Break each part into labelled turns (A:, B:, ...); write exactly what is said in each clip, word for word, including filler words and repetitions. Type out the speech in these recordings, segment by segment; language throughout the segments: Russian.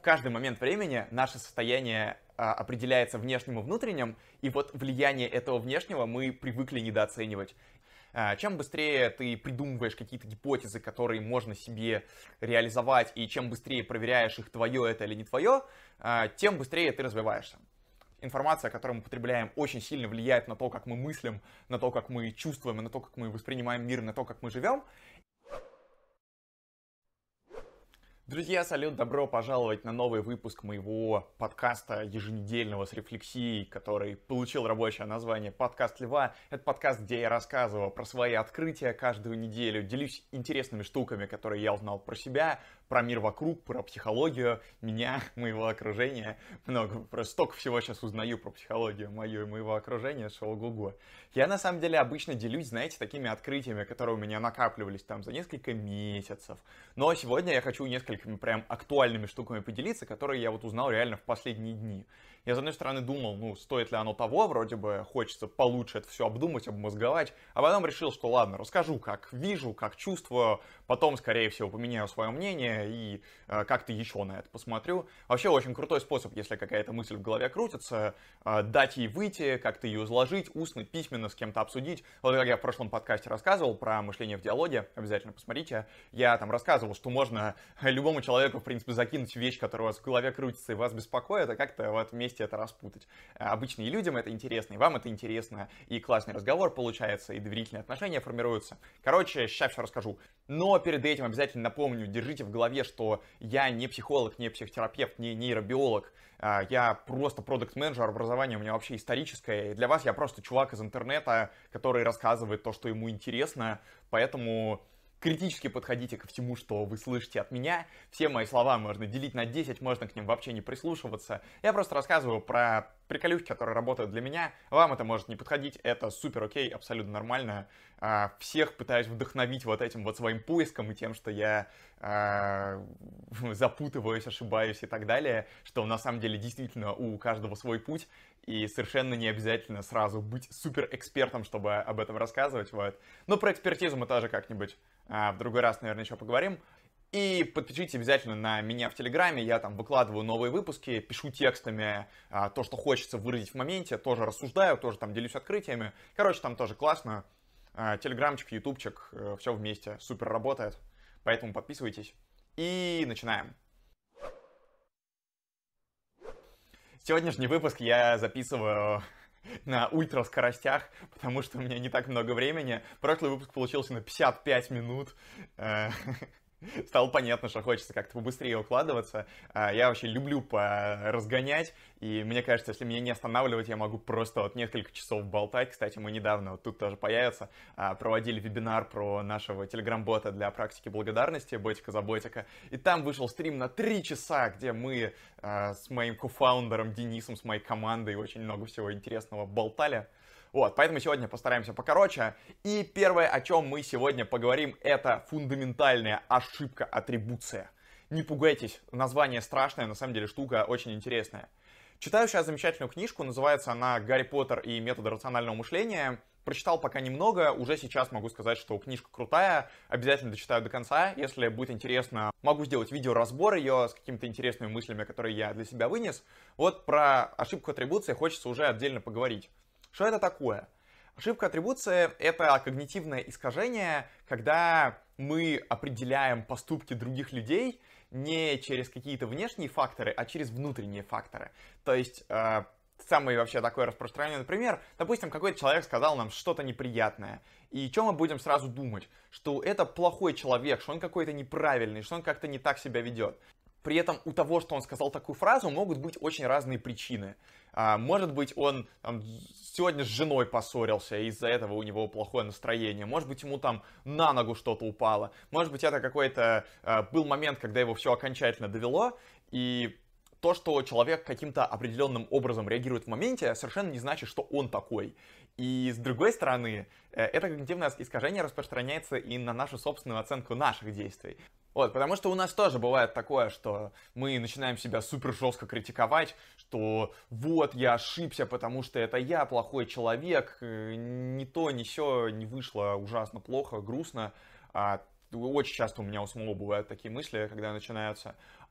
A: каждый момент времени наше состояние а, определяется внешним и внутренним, и вот влияние этого внешнего мы привыкли недооценивать. А, чем быстрее ты придумываешь какие-то гипотезы, которые можно себе реализовать, и чем быстрее проверяешь их, твое это или не твое, а, тем быстрее ты развиваешься. Информация, которую мы потребляем, очень сильно влияет на то, как мы мыслим, на то, как мы чувствуем, на то, как мы воспринимаем мир, на то, как мы живем. Друзья, салют, добро пожаловать на новый выпуск моего подкаста еженедельного с рефлексией, который получил рабочее название «Подкаст Льва». Это подкаст, где я рассказываю про свои открытия каждую неделю, делюсь интересными штуками, которые я узнал про себя, про мир вокруг, про психологию меня, моего окружения. Много, просто столько всего сейчас узнаю про психологию мою и моего окружения, что ого-го. Я на самом деле обычно делюсь, знаете, такими открытиями, которые у меня накапливались там за несколько месяцев. Но сегодня я хочу несколько прям актуальными штуками поделиться, которые я вот узнал реально в последние дни. Я, с одной стороны, думал, ну, стоит ли оно того, вроде бы хочется получше это все обдумать, обмозговать, а потом решил, что ладно, расскажу, как вижу, как чувствую, потом, скорее всего, поменяю свое мнение и э, как-то еще на это посмотрю. Вообще, очень крутой способ, если какая-то мысль в голове крутится, э, дать ей выйти, как-то ее изложить, устно, письменно, с кем-то обсудить. Вот как я в прошлом подкасте рассказывал про мышление в диалоге, обязательно посмотрите, я там рассказывал, что можно любому человеку, в принципе, закинуть вещь, которая у вас в голове крутится и вас беспокоит, а как-то в этом месте это распутать. Обычно и людям это интересно, и вам это интересно, и классный разговор получается, и доверительные отношения формируются. Короче, сейчас все расскажу. Но перед этим обязательно напомню, держите в голове, что я не психолог, не психотерапевт, не нейробиолог. Я просто продакт-менеджер, образование у меня вообще историческое. И для вас я просто чувак из интернета, который рассказывает то, что ему интересно, поэтому критически подходите ко всему, что вы слышите от меня. Все мои слова можно делить на десять, можно к ним вообще не прислушиваться. Я просто рассказываю про приколюхи, которые работают для меня. Вам это может не подходить, это супер окей, абсолютно нормально. Всех пытаюсь вдохновить вот этим вот своим поиском и тем, что я э, запутываюсь, ошибаюсь и так далее, что на самом деле действительно у каждого свой путь. И совершенно не обязательно сразу быть супер экспертом, чтобы об этом рассказывать. Вот. Но про экспертизу мы тоже как-нибудь а, в другой раз, наверное, еще поговорим. И подпишитесь обязательно на меня в Телеграме, я там выкладываю новые выпуски, пишу текстами а, то, что хочется выразить в моменте, тоже рассуждаю, тоже там делюсь открытиями. Короче, там тоже классно. А, Телеграмчик, ютубчик, все вместе, супер работает. Поэтому подписывайтесь. И начинаем. Сегодняшний выпуск я записываю на ультраскоростях, потому что у меня не так много времени. Прошлый выпуск получился на пятьдесят пять минут. Стало понятно, что хочется как-то побыстрее укладываться. Я вообще люблю поразгонять, и мне кажется, если меня не останавливать, я могу просто вот несколько часов болтать. Кстати, мы недавно, вот тут тоже появится, проводили вебинар про нашего телеграм-бота для практики благодарности, ботика за ботика, и там вышел стрим на три часа, где мы с моим кофаундером Денисом, с моей командой очень много всего интересного болтали. Вот, поэтому сегодня постараемся покороче. И первое, о чем мы сегодня поговорим, это фундаментальная ошибка атрибуция. Не пугайтесь, название страшное, на самом деле штука очень интересная. Читаю сейчас замечательную книжку, называется она «Гарри Поттер и методы рационального мышления». Прочитал пока немного, уже сейчас могу сказать, что книжка крутая, обязательно дочитаю до конца. Если будет интересно, могу сделать видеоразбор ее с какими-то интересными мыслями, которые я для себя вынес. Вот про ошибку атрибуции хочется уже отдельно поговорить. Что это такое? Ошибка атрибуции — это когнитивное искажение, когда мы определяем поступки других людей не через какие-то внешние факторы, а через внутренние факторы. То есть, э, самый вообще такой распространенный пример, допустим, какой-то человек сказал нам что-то неприятное, и что мы будем сразу думать? Что это плохой человек, что он какой-то неправильный, что он как-то не так себя ведет. При этом у того, что он сказал такую фразу, могут быть очень разные причины. Может быть, он там, сегодня с женой поссорился, и из-за этого у него плохое настроение. Может быть, ему там на ногу что-то упало. Может быть, это какой-то был момент, когда его все окончательно довело. И то, что человек каким-то определенным образом реагирует в моменте, совершенно не значит, что он такой. И с другой стороны, это когнитивное искажение распространяется и на нашу собственную оценку наших действий. Вот, потому что у нас тоже бывает такое, что мы начинаем себя супер жестко критиковать, что вот, я ошибся, потому что это я плохой человек, ни то, ни сё не вышло ужасно плохо, грустно. Очень часто у меня у самого бывают такие мысли, когда начинаются.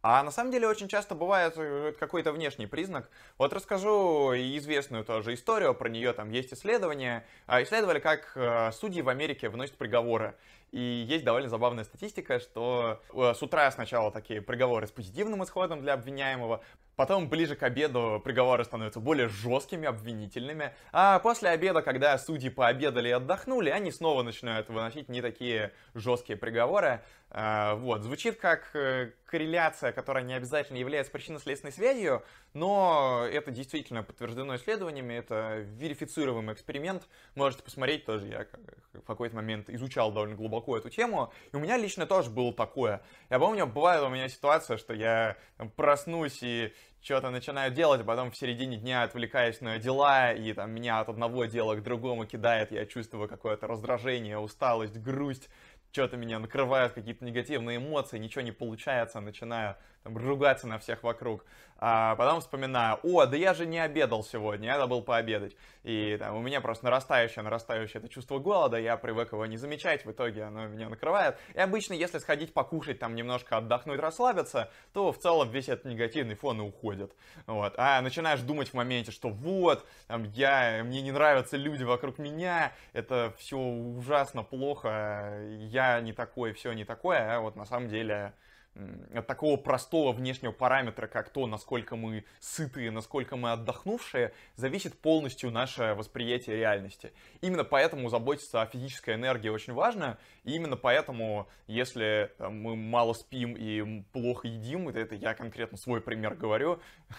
A: А на самом деле очень часто бывает э, какой-то внешний признак. Вот расскажу известную тоже историю, про нее там есть исследования. А, Исследовали, как э, судьи в Америке выносят приговоры. И есть довольно забавная статистика, что э, с утра сначала такие приговоры с позитивным исходом для обвиняемого, потом ближе к обеду приговоры становятся более жесткими, обвинительными, а после обеда, когда судьи пообедали и отдохнули, они снова начинают выносить не такие жесткие приговоры. А, вот, звучит как э, корреляция, которая не обязательно является причинно-следственной связью, но это действительно подтверждено исследованиями, это верифицируемый эксперимент, можете посмотреть тоже, я в какой-то момент изучал довольно глубоко эту тему, и у меня лично тоже было такое. Я помню, бывает у меня ситуация, что я там, проснусь и что-то начинаю делать, а потом в середине дня отвлекаюсь на дела, и там меня от одного дела к другому кидает, я чувствую какое-то раздражение, усталость, грусть, что-то меня накрывают какие-то негативные эмоции, ничего не получается, начинаю там, ругаться на всех вокруг. А потом вспоминаю, о, да я же не обедал сегодня, я забыл пообедать. И там, у меня просто нарастающее, нарастающее это чувство голода, я привык его не замечать, в итоге оно меня накрывает. И обычно, если сходить покушать, там немножко отдохнуть, расслабиться, то в целом весь этот негативный фон и уходит. Вот. А начинаешь думать в моменте, что вот, там, я, мне не нравятся люди вокруг меня, это все ужасно плохо, я не такой, все не такое, а вот на самом деле от такого простого внешнего параметра, как то, насколько мы сытые, насколько мы отдохнувшие, зависит полностью наше восприятие реальности. Именно поэтому заботиться о физической энергии очень важно, и именно поэтому, если там, мы мало спим и плохо едим, это я конкретно свой пример говорю,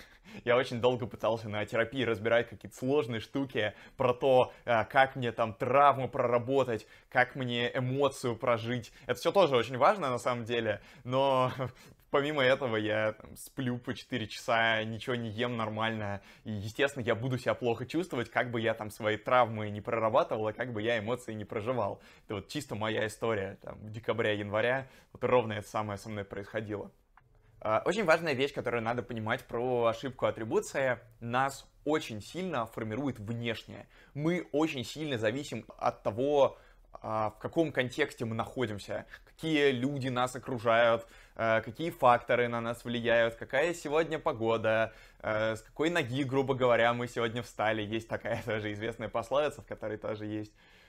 A: я очень долго пытался на терапии разбирать какие-то сложные штуки про то, как мне там травму проработать, как мне эмоцию прожить. Это все тоже очень важно на самом деле, но помимо этого я там, сплю по четыре часа, ничего не ем нормально, и, естественно, я буду себя плохо чувствовать, как бы я там свои травмы не прорабатывал, а как бы я эмоции не проживал. Это вот чисто моя история, там, декабря-января, вот ровно это самое со мной происходило. Очень важная вещь, которую надо понимать про ошибку атрибуции, нас очень сильно формирует внешнее. Мы очень сильно зависим от того, в каком контексте мы находимся, какие люди нас окружают, какие факторы на нас влияют, какая сегодня погода, с какой ноги, грубо говоря, мы сегодня встали. Есть такая тоже известная пословица, в которой тоже есть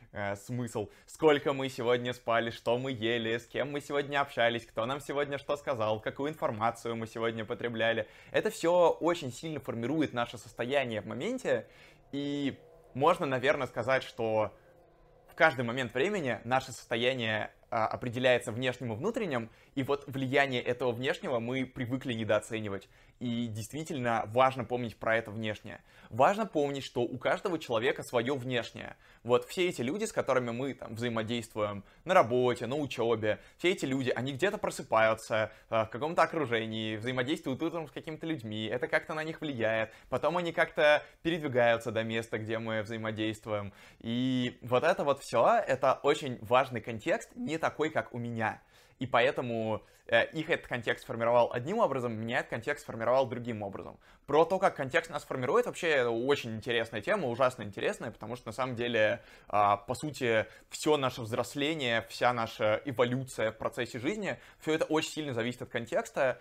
A: смысл. Сколько мы сегодня спали, что мы ели, с кем мы сегодня общались, кто нам сегодня что сказал, какую информацию мы сегодня потребляли. Это все очень сильно формирует наше состояние в моменте, и можно, наверное, сказать, что в каждый момент времени наше состояние а, определяется внешним и внутренним, и вот влияние этого внешнего мы привыкли недооценивать. И действительно важно помнить про это внешнее. Важно помнить, что у каждого человека свое внешнее. Вот все эти люди, с которыми мы там взаимодействуем на работе, на учебе, все эти люди, они где-то просыпаются в каком-то окружении, взаимодействуют утром с какими-то людьми, это как-то на них влияет, потом они как-то передвигаются до места, где мы взаимодействуем. И вот это вот все, это очень важный контекст, не такой, как у меня. И поэтому э, их этот контекст формировал одним образом, меня этот контекст формировал другим образом. Про то, как контекст нас формирует, вообще очень интересная тема, ужасно интересная, потому что на самом деле, э, по сути, все наше взросление, вся наша эволюция в процессе жизни, все это очень сильно зависит от контекста,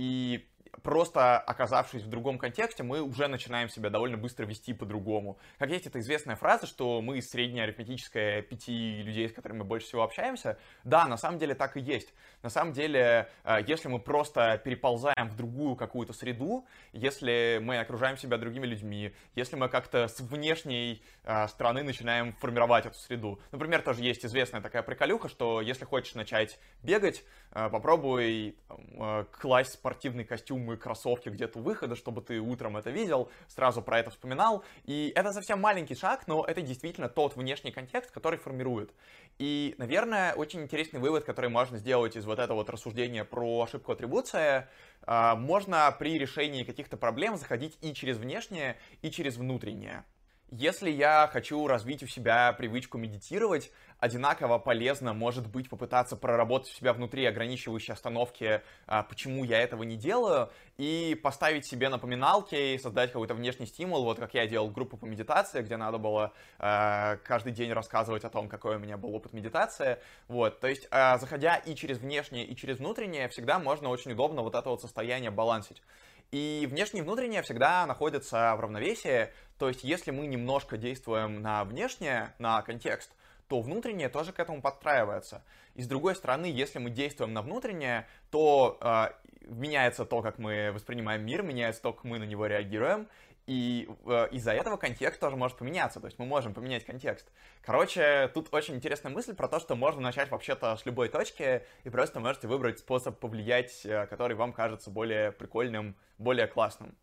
A: и просто оказавшись в другом контексте, мы уже начинаем себя довольно быстро вести по-другому. Как есть эта известная фраза, что мы средняя арифметическая пяти людей, с которыми мы больше всего общаемся. Да, на самом деле так и есть. На самом деле, если мы просто переползаем в другую какую-то среду, если мы окружаем себя другими людьми, если мы как-то с внешней стороны начинаем формировать эту среду. Например, тоже есть известная такая приколюха, что если хочешь начать бегать, попробуй там, класть спортивный костюм и кроссовки где-то у выхода, чтобы ты утром это видел, сразу про это вспоминал. И это совсем маленький шаг, но это действительно тот внешний контекст, который формирует. И, наверное, очень интересный вывод, который можно сделать из вот этого вот рассуждения про ошибку атрибуции, можно при решении каких-то проблем заходить и через внешнее, и через внутреннее. Если я хочу развить у себя привычку медитировать, одинаково полезно может быть попытаться проработать у себя внутри ограничивающие остановки, а, почему я этого не делаю, и поставить себе напоминалки, и создать какой-то внешний стимул, вот как я делал группу по медитации, где надо было а, каждый день рассказывать о том, какой у меня был опыт медитации. Вот, то есть, а, заходя и через внешнее, и через внутреннее, всегда можно очень удобно вот это вот состояние балансить. И внешнее и внутреннее всегда находятся в равновесии, то есть если мы немножко действуем на внешнее, на контекст, то внутреннее тоже к этому подстраивается. И с другой стороны, если мы действуем на внутреннее, то э, меняется то, как мы воспринимаем мир, меняется то, как мы на него реагируем, и э, из-за этого контекст тоже может поменяться, то есть мы можем поменять контекст. Короче, тут очень интересная мысль про то, что можно начать вообще-то с любой точки, и просто можете выбрать способ повлиять, э, который вам кажется более прикольным, более классным.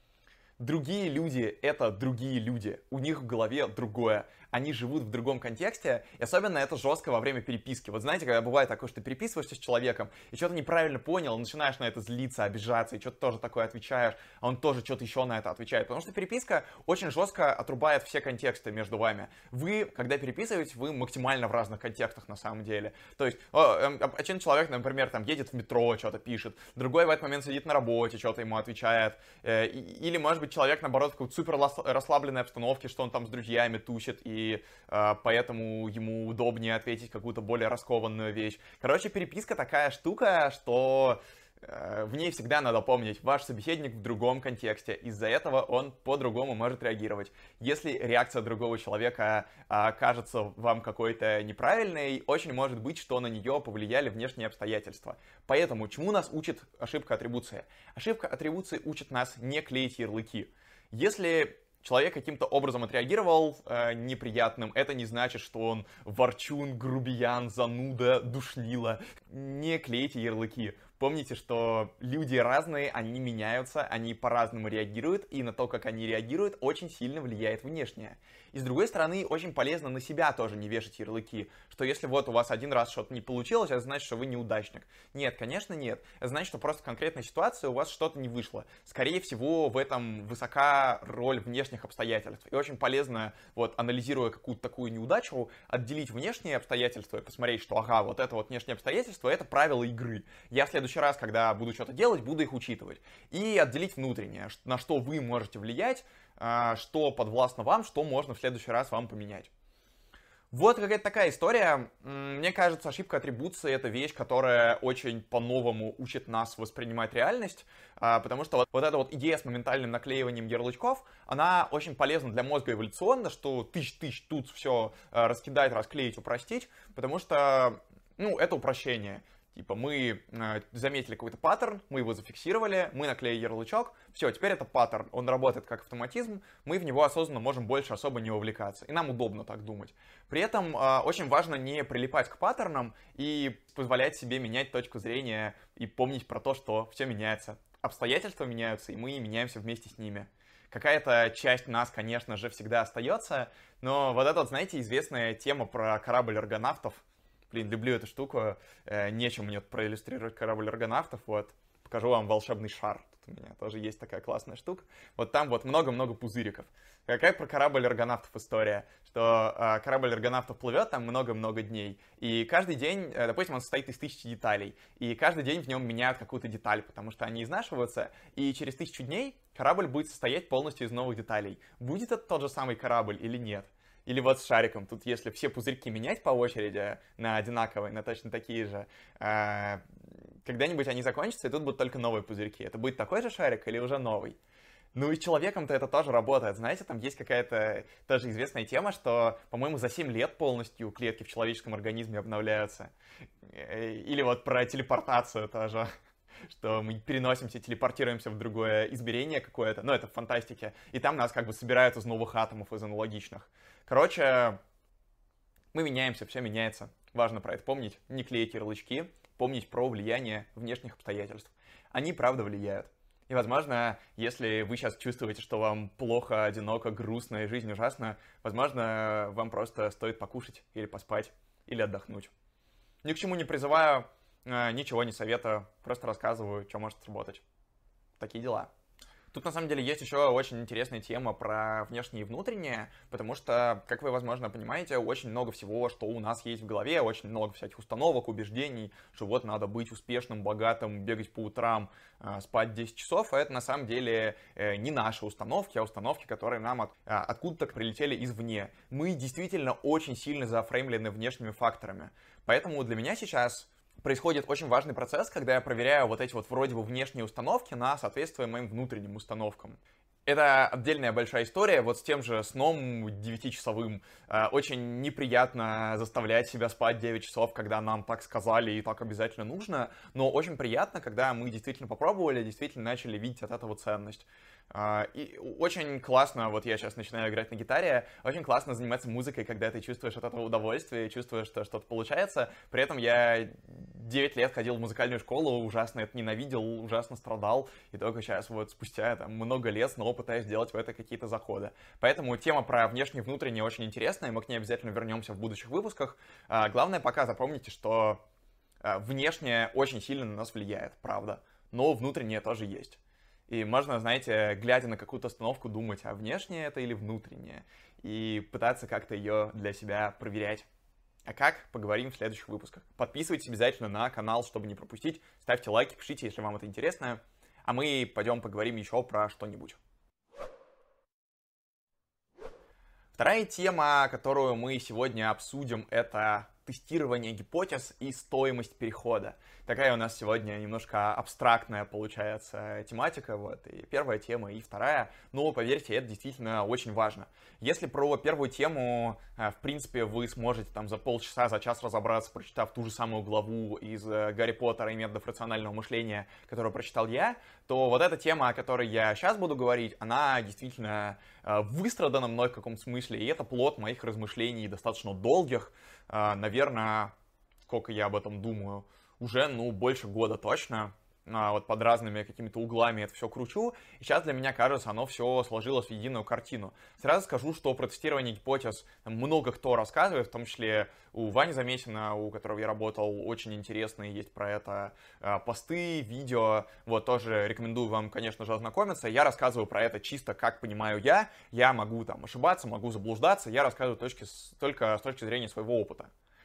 A: Другие люди — это другие люди, у них в голове другое, они живут в другом контексте, и особенно это жестко во время переписки. Вот знаете, когда бывает такое, что ты переписываешься с человеком, и что-то неправильно понял, начинаешь на это злиться, обижаться, и что-то тоже такое отвечаешь, а он тоже что-то еще на это отвечает, потому что переписка очень жестко отрубает все контексты между вами. Вы, когда переписываетесь, вы максимально в разных контекстах на самом деле. То есть, один человек, например, там едет в метро, что-то пишет, другой в этот момент сидит на работе, что-то ему отвечает, или, может быть, человек, наоборот, в какой-то супер расслабленной обстановке, что он там с друзьями тусит, и э, поэтому ему удобнее ответить какую-то более раскованную вещь. Короче, переписка такая штука, что э, в ней всегда надо помнить, ваш собеседник в другом контексте, из-за этого он по-другому может реагировать. Если реакция другого человека э, кажется вам какой-то неправильной, очень может быть, что на нее повлияли внешние обстоятельства. Поэтому чему нас учит ошибка атрибуции? Ошибка атрибуции учит нас не клеить ярлыки. Если человек каким-то образом отреагировал э, неприятным, это не значит, что он ворчун, грубиян, зануда, душнила. Не клейте ярлыки. Помните, что люди разные, они меняются, они по-разному реагируют, и на то, как они реагируют, очень сильно влияет внешнее. И с другой стороны, очень полезно на себя тоже не вешать ярлыки, что если вот у вас один раз что-то не получилось, это значит, что вы неудачник. Нет, конечно, нет. Это значит, что просто в конкретной ситуации у вас что-то не вышло. Скорее всего, в этом высока роль внешних обстоятельств. И очень полезно, вот, анализируя какую-то такую неудачу, отделить внешние обстоятельства и посмотреть, что, ага, вот это вот внешние обстоятельства, это правила игры. Я в следующий раз, когда буду что-то делать, буду их учитывать. И отделить внутреннее, на что вы можете влиять, что подвластно вам, что можно в следующий раз вам поменять. Вот какая-то такая история. Мне кажется, ошибка атрибуции — это вещь, которая очень по-новому учит нас воспринимать реальность, потому что вот, вот эта вот идея с моментальным наклеиванием ярлычков, она очень полезна для мозга эволюционно, что тысяч-тысяч тут все раскидать, расклеить, упростить, потому что, ну, это упрощение. Типа мы э, заметили какой-то паттерн, мы его зафиксировали, мы наклеили ярлычок, все, теперь это паттерн, он работает как автоматизм, мы в него осознанно можем больше особо не вовлекаться, и нам удобно так думать. При этом э, очень важно не прилипать к паттернам и позволять себе менять точку зрения и помнить про то, что все меняется. Обстоятельства меняются, и мы меняемся вместе с ними. Какая-то часть нас, конечно же, всегда остается, но вот эта, вот, знаете, известная тема про корабль аргонавтов. Блин, люблю эту штуку. Э, нечем мне проиллюстрировать корабль аргонавтов. Вот, покажу вам волшебный шар. Тут у меня тоже есть такая классная штука. Вот там вот много-много пузыриков. Какая про корабль аргонавтов история? Что э, корабль аргонавтов плывет там много-много дней. И каждый день, э, допустим, он состоит из тысячи деталей. И каждый день в нем меняют какую-то деталь, потому что они изнашиваются. И через тысячу дней корабль будет состоять полностью из новых деталей. Будет это тот же самый корабль или нет? Или вот с шариком, тут если все пузырьки менять по очереди на одинаковые, на точно такие же, э, когда-нибудь они закончатся, и тут будут только новые пузырьки. Это будет такой же шарик или уже новый? Ну и с человеком-то это тоже работает. Знаете, там есть какая-то тоже известная тема, что, по-моему, за семь лет полностью клетки в человеческом организме обновляются. Или вот про телепортацию тоже. Что мы переносимся, телепортируемся в другое измерение какое-то, ну, это в фантастике, и там нас как бы собирают из новых атомов, из аналогичных. Короче, мы меняемся, все меняется. Важно про это помнить, не клеить ярлычки, помнить про влияние внешних обстоятельств. Они, правда, влияют. И, возможно, если вы сейчас чувствуете, что вам плохо, одиноко, грустно и жизнь ужасна, возможно, вам просто стоит покушать или поспать, или отдохнуть. Ни к чему не призываю, ничего не советую, просто рассказываю, что может сработать. Такие дела. Тут, на самом деле, есть еще очень интересная тема про внешнее и внутреннее, потому что, как вы, возможно, понимаете, очень много всего, что у нас есть в голове, очень много всяких установок, убеждений, что вот надо быть успешным, богатым, бегать по утрам, спать десять часов, а это, на самом деле, не наши установки, а установки, которые нам от, откуда-то прилетели извне. Мы действительно очень сильно зафреймлены внешними факторами. Поэтому для меня сейчас происходит очень важный процесс, когда я проверяю вот эти вот вроде бы внешние установки на соответствие моим внутренним установкам. Это отдельная большая история, вот с тем же сном девятичасовым. Очень неприятно заставлять себя спать девять часов, когда нам так сказали и так обязательно нужно, но очень приятно, когда мы действительно попробовали, действительно начали видеть от этого ценность. И очень классно, вот я сейчас начинаю играть на гитаре, очень классно заниматься музыкой, когда ты чувствуешь от этого удовольствие, чувствуешь, что что-то получается. При этом я девять лет ходил в музыкальную школу, ужасно это ненавидел, ужасно страдал, и только сейчас вот спустя там, много лет снова пытаюсь делать в это какие-то заходы. Поэтому тема про внешнее и внутреннее очень интересная, мы к ней обязательно вернемся в будущих выпусках. Главное пока запомните, что внешнее очень сильно на нас влияет, правда, но внутреннее тоже есть. И можно, знаете, глядя на какую-то установку, думать, а внешнее это или внутреннее, и пытаться как-то ее для себя проверять. А как? Поговорим в следующих выпусках. Подписывайтесь обязательно на канал, чтобы не пропустить. Ставьте лайки, пишите, если вам это интересно. А мы пойдем поговорим еще про что-нибудь. Вторая тема, которую мы сегодня обсудим, это тестирование гипотез и стоимость перехода. Такая у нас сегодня немножко абстрактная получается тематика, вот, и первая тема, и вторая, но поверьте, это действительно очень важно. Если про первую тему, в принципе, вы сможете там за полчаса, за час разобраться, прочитав ту же самую главу из Гарри Поттера и методов рационального мышления, которую прочитал я, то вот эта тема, о которой я сейчас буду говорить, она действительно выстрадана мной в каком-то смысле, и это плод моих размышлений достаточно долгих, наверное, сколько я об этом думаю, уже, ну, больше года точно, вот под разными какими-то углами это все кручу, и сейчас для меня, кажется, оно все сложилось в единую картину. Сразу скажу, что про тестирование гипотез много кто рассказывает, в том числе у Вани Заметина, у которого я работал, очень интересные есть про это посты, видео, вот тоже рекомендую вам, конечно же, ознакомиться. Я рассказываю про это чисто как понимаю я, я могу там ошибаться, могу заблуждаться, я рассказываю точки, только с точки зрения своего опыта.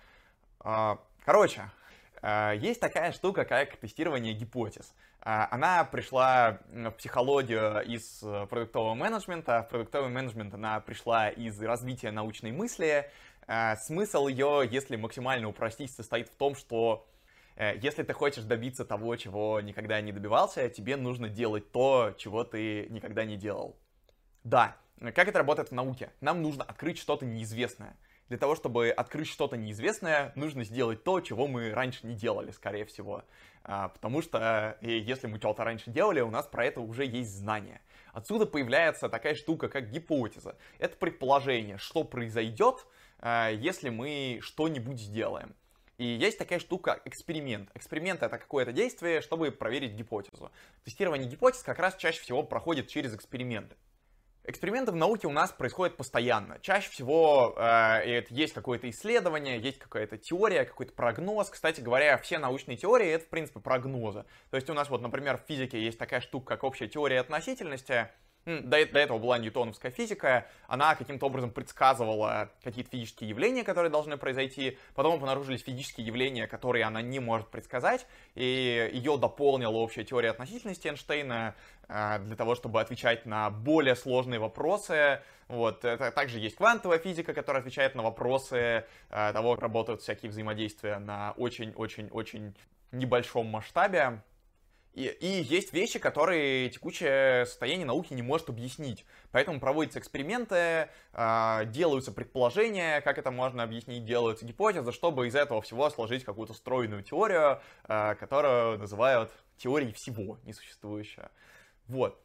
A: Короче, есть такая штука, как тестирование гипотез. Она пришла в психологию из продуктового менеджмента. В продуктовый менеджмент она пришла из развития научной мысли. Смысл ее, если максимально упростить, состоит в том, что если ты хочешь добиться того, чего никогда не добивался, тебе нужно делать то, чего ты никогда не делал. Да, как это работает в науке? Нам нужно открыть что-то неизвестное. Для того, чтобы открыть что-то неизвестное, нужно сделать то, чего мы раньше не делали, скорее всего. Потому что если мы что-то раньше делали, у нас про это уже есть знания. Отсюда появляется такая штука, как гипотеза. Это предположение, что произойдет, если мы что-нибудь сделаем. И есть такая штука эксперимент. Эксперимент — это какое-то действие, чтобы проверить гипотезу. Тестирование гипотез как раз чаще всего проходит через эксперименты. Эксперименты в науке у нас происходят постоянно. Чаще всего э, есть какое-то исследование, есть какая-то теория, какой-то прогноз. Кстати говоря, все научные теории — это, в принципе, прогнозы. То есть у нас вот, например, в физике есть такая штука, как общая теория относительности. До, до этого была ньютоновская физика, она каким-то образом предсказывала какие-то физические явления, которые должны произойти, потом обнаружились физические явления, которые она не может предсказать, и ее дополнила общая теория относительности Эйнштейна для того, чтобы отвечать на более сложные вопросы. Вот. Это также есть квантовая физика, которая отвечает на вопросы того, как работают всякие взаимодействия на очень-очень-очень небольшом масштабе. И, и есть вещи, которые текущее состояние науки не может объяснить. Поэтому проводятся эксперименты, э, делаются предположения, как это можно объяснить, делаются гипотезы, чтобы из этого всего сложить какую-то стройную теорию, э, которую называют теорией всего несуществующего. Вот.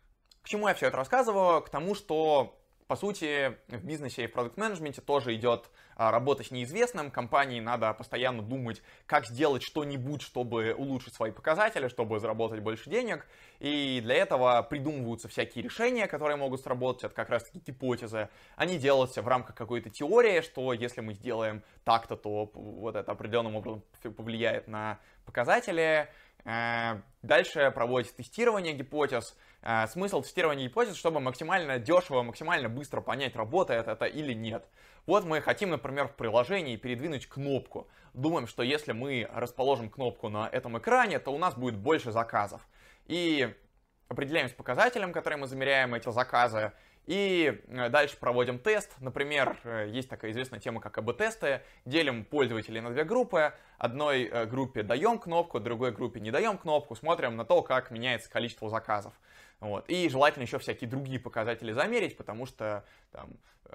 A: К чему я все это рассказываю? К тому, что, по сути, в бизнесе и в продакт-менеджменте тоже идет работа с неизвестным. Компании надо постоянно думать, как сделать что-нибудь, чтобы улучшить свои показатели, чтобы заработать больше денег. И для этого придумываются всякие решения, которые могут сработать. Это как раз-таки гипотезы. Они делаются в рамках какой-то теории, что если мы сделаем так-то, то вот это определенным образом повлияет на показатели. Дальше проводится тестирование гипотез. Смысл тестирования гипотез, чтобы максимально дешево, максимально быстро понять, работает это или нет. Вот мы хотим, например, в приложении передвинуть кнопку. Думаем, что если мы расположим кнопку на этом экране, то у нас будет больше заказов. И определяем с показателем, который мы замеряем эти заказы. И дальше проводим тест. Например, есть такая известная тема, как эй би-тесты. Делим пользователей на две группы. Одной группе даем кнопку, другой группе не даем кнопку. Смотрим на то, как меняется количество заказов. Вот. И желательно еще всякие другие показатели замерить, потому что там,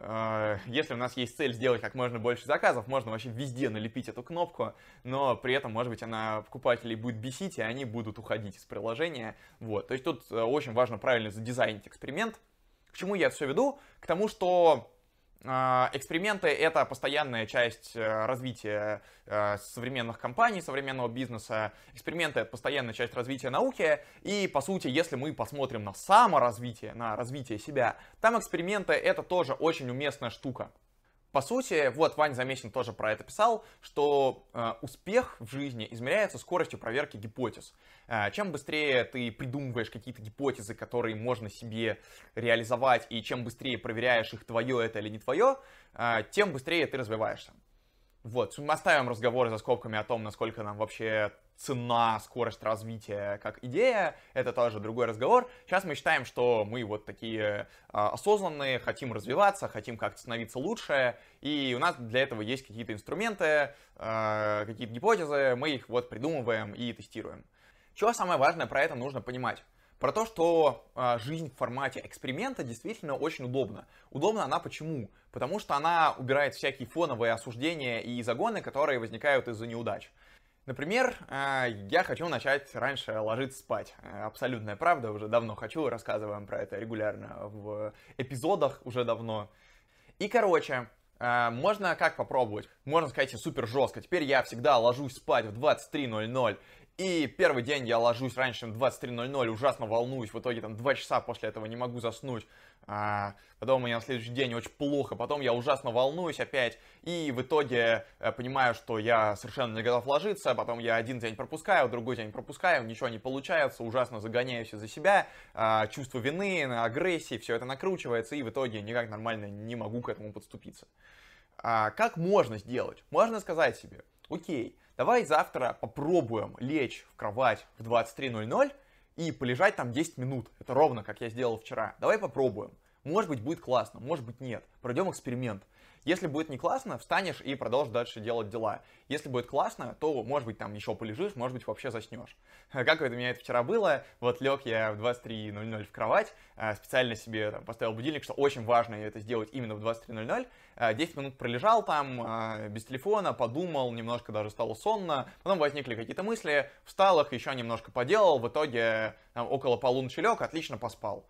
A: э, если у нас есть цель сделать как можно больше заказов, можно вообще везде налепить эту кнопку, но при этом, может быть, она покупателей будет бесить, и они будут уходить из приложения. Вот. То есть тут очень важно правильно задизайнить эксперимент. К чему я это все веду? К тому, что э, эксперименты — это постоянная часть э, развития э, современных компаний, современного бизнеса. Эксперименты — это постоянная часть развития науки. И, по сути, если мы посмотрим на саморазвитие, на развитие себя, там эксперименты — это тоже очень уместная штука. По сути, вот Вань Замесин тоже про это писал, что э, успех в жизни измеряется скоростью проверки гипотез. Э, чем быстрее ты придумываешь какие-то гипотезы, которые можно себе реализовать, и чем быстрее проверяешь их, твое это или не твое, э, тем быстрее ты развиваешься. Вот, мы оставим разговоры за скобками о том, насколько нам вообще цена, скорость развития как идея, это тоже другой разговор. Сейчас мы считаем, что мы вот такие э, осознанные, хотим развиваться, хотим как-то становиться лучше, и у нас для этого есть какие-то инструменты, э, какие-то гипотезы, мы их вот придумываем и тестируем. Чего самое важное про это нужно понимать? Про то, что э, жизнь в формате эксперимента действительно очень удобна. Удобна она почему? Потому что она убирает всякие фоновые осуждения и загоны, которые возникают из-за неудач. Например, я хочу начать раньше ложиться спать. Абсолютная правда, уже давно хочу, рассказываем про это регулярно в эпизодах уже давно. И, короче, можно как попробовать? Можно сказать супер жестко. Теперь я всегда ложусь спать в двадцать три ноль ноль. И первый день я ложусь раньше, чем двадцать три ноль ноль, ужасно волнуюсь, в итоге там два часа после этого не могу заснуть, а, потом у меня на следующий день очень плохо, потом я ужасно волнуюсь опять, и в итоге а, понимаю, что я совершенно не готов ложиться, потом я один день пропускаю, другой день пропускаю, ничего не получается, ужасно загоняюсь из-за себя, а, чувство вины, агрессии, все это накручивается, и в итоге никак нормально не могу к этому подступиться. А, как можно сделать? Можно сказать себе, окей, давай завтра попробуем лечь в кровать в двадцать три ноль ноль и полежать там десять минут. Это ровно, как я сделал вчера. Давай попробуем. Может быть, будет классно, может быть, нет. Пройдем эксперимент. Если будет не классно, встанешь и продолжишь дальше делать дела. Если будет классно, то, может быть, там еще полежишь, может быть, вообще заснешь. Как это у меня это вчера было? Вот лег я в двадцать три ноль ноль в кровать, специально себе там поставил будильник, что очень важно это сделать именно в двадцать три ноль ноль. десять минут пролежал там, без телефона, подумал, немножко даже стало сонно. Потом возникли какие-то мысли, встал их, еще немножко поделал. В итоге там, около полуночи лег, отлично поспал.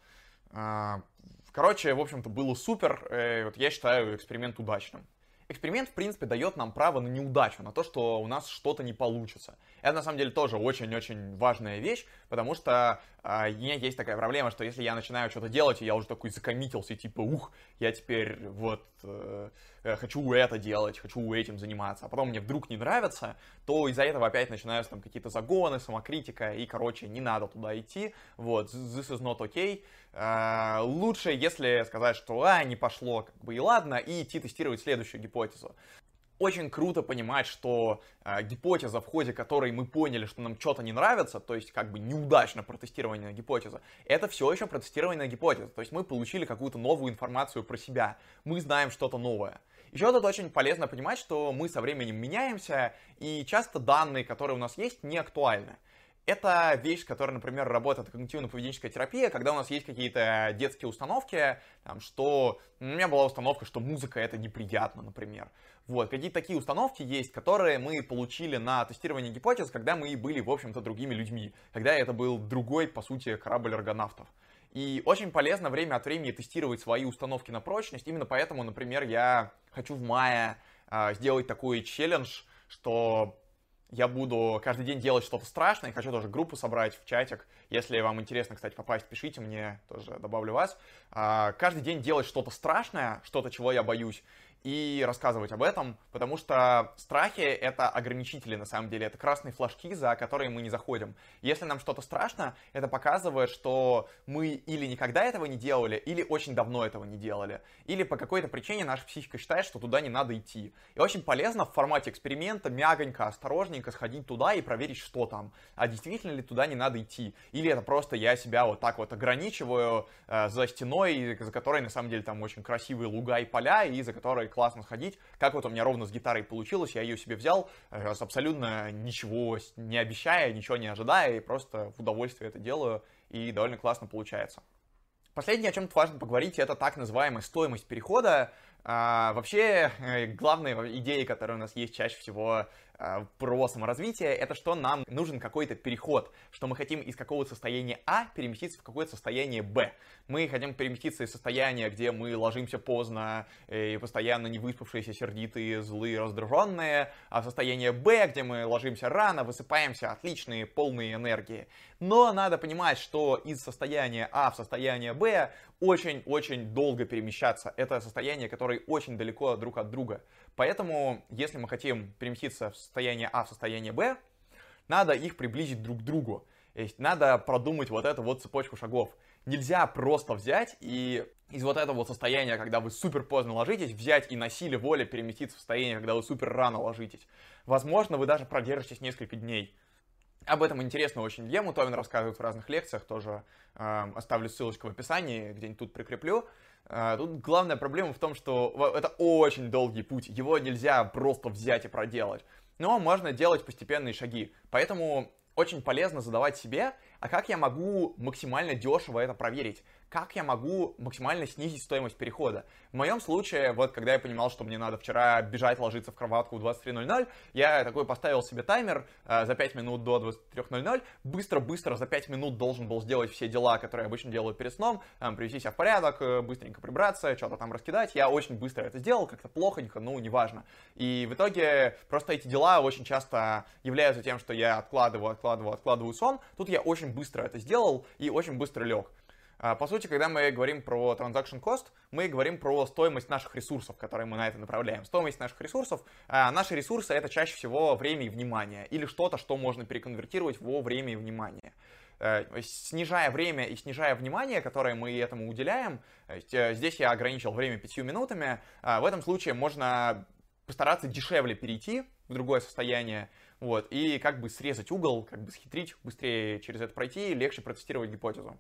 A: Короче, в общем-то, было супер. Вот я считаю эксперимент удачным. Эксперимент, в принципе, дает нам право на неудачу, на то, что у нас что-то не получится. Это, на самом деле, тоже очень-очень важная вещь, потому что э, у меня есть такая проблема, что если я начинаю что-то делать, и я уже такой закоммитился, типа, ух, я теперь вот э, хочу это делать, хочу этим заниматься, а потом мне вдруг не нравится, то из-за этого опять начинаются там какие-то загоны, самокритика, и, короче, не надо туда идти, вот, this is not okay. Э, лучше, если сказать, что, а, не пошло, как бы, и ладно, и идти тестировать следующую гипотезу. Очень круто понимать, что э, гипотеза, в ходе которой мы поняли, что нам что-то не нравится, то есть как бы неудачно протестирование гипотезы, это все еще протестирование гипотезы. То есть мы получили какую-то новую информацию про себя, мы знаем что-то новое. Еще тут очень полезно понимать, что мы со временем меняемся, и часто данные, которые у нас есть, не актуальны. Это вещь, которая, например, работает когнитивно-поведенческая терапия, когда у нас есть какие-то детские установки, там, что... У меня была установка, что музыка — это неприятно, например. Вот, какие-то такие установки есть, которые мы получили на тестировании гипотез, когда мы были, в общем-то, другими людьми, когда это был другой, по сути, корабль аргонавтов. И очень полезно время от времени тестировать свои установки на прочность, именно поэтому, например, я хочу в мае э, сделать такой челлендж, что... Я буду каждый день делать что-то страшное, хочу тоже группу собрать в чатик. Если вам интересно, кстати, попасть, пишите мне, тоже добавлю вас. Каждый день делать что-то страшное, что-то, чего я боюсь, и рассказывать об этом, потому что страхи — это ограничители, на самом деле, это красные флажки, за которые мы не заходим. Если нам что-то страшно, это показывает, что мы или никогда этого не делали, или очень давно этого не делали, или по какой-то причине наша психика считает, что туда не надо идти. И очень полезно в формате эксперимента мягонько, осторожненько сходить туда и проверить, что там, а действительно ли туда не надо идти, или это просто я себя вот так вот ограничиваю э, за стеной, за которой на самом деле там очень красивые луга и поля, и за которой классно сходить, как вот у меня ровно с гитарой получилось, я ее себе взял, с абсолютно ничего не обещая, ничего не ожидая, и просто в удовольствие это делаю, и довольно классно получается. Последнее, о чем важно поговорить, это так называемая стоимость перехода. А, вообще, главная идея, которая у нас есть чаще всего а, про саморазвитие, это что нам нужен какой-то переход, что мы хотим из какого-то состояния А переместиться в какое-то состояние Б. Мы хотим переместиться из состояния, где мы ложимся поздно и постоянно не выспавшиеся, сердитые, злые, раздраженные, а в состояние Б, где мы ложимся рано, высыпаемся отличные, полные энергии. Но надо понимать, что из состояния А в состояние Б очень-очень долго перемещаться. Это состояние, которое очень далеко друг от друга. Поэтому, если мы хотим переместиться в состояние А в состояние Б, надо их приблизить друг к другу. То есть надо продумать вот эту вот цепочку шагов. Нельзя просто взять и из вот этого вот состояния, когда вы супер поздно ложитесь, взять и на силе воли переместиться в состояние, когда вы супер рано ложитесь. Возможно, вы даже продержитесь несколько дней. Об этом интересно очень Илья Мутовин рассказывает в разных лекциях, тоже э, оставлю ссылочку в описании, где-нибудь тут прикреплю. Э, тут главная проблема в том, что это очень долгий путь, его нельзя просто взять и проделать, но можно делать постепенные шаги, поэтому очень полезно задавать себе, а как я могу максимально дешево это проверить? Как я могу максимально снизить стоимость перехода? В моем случае, вот когда я понимал, что мне надо вчера бежать, ложиться в кроватку в двадцать три ноль ноль, я такой поставил себе таймер э, за пять минут до двадцати трёх ноль ноль, быстро-быстро за пять минут должен был сделать все дела, которые я обычно делаю перед сном, э, привести себя в порядок, э, быстренько прибраться, что-то там раскидать. Я очень быстро это сделал, как-то плохонько, ну, неважно. И в итоге просто эти дела очень часто являются тем, что я откладываю, откладываю, откладываю сон. Тут я очень быстро это сделал и очень быстро лег. По сути, когда мы говорим про transaction cost, мы говорим про стоимость наших ресурсов, которые мы на это направляем. Стоимость наших ресурсов, наши ресурсы — это чаще всего время и внимание, или что-то, что можно переконвертировать во время и внимание. Снижая время и снижая внимание, которое мы этому уделяем, здесь я ограничил время пятью минутами, в этом случае можно постараться дешевле перейти в другое состояние, вот, и как бы срезать угол, как бы схитрить, быстрее через это пройти, легче протестировать гипотезу.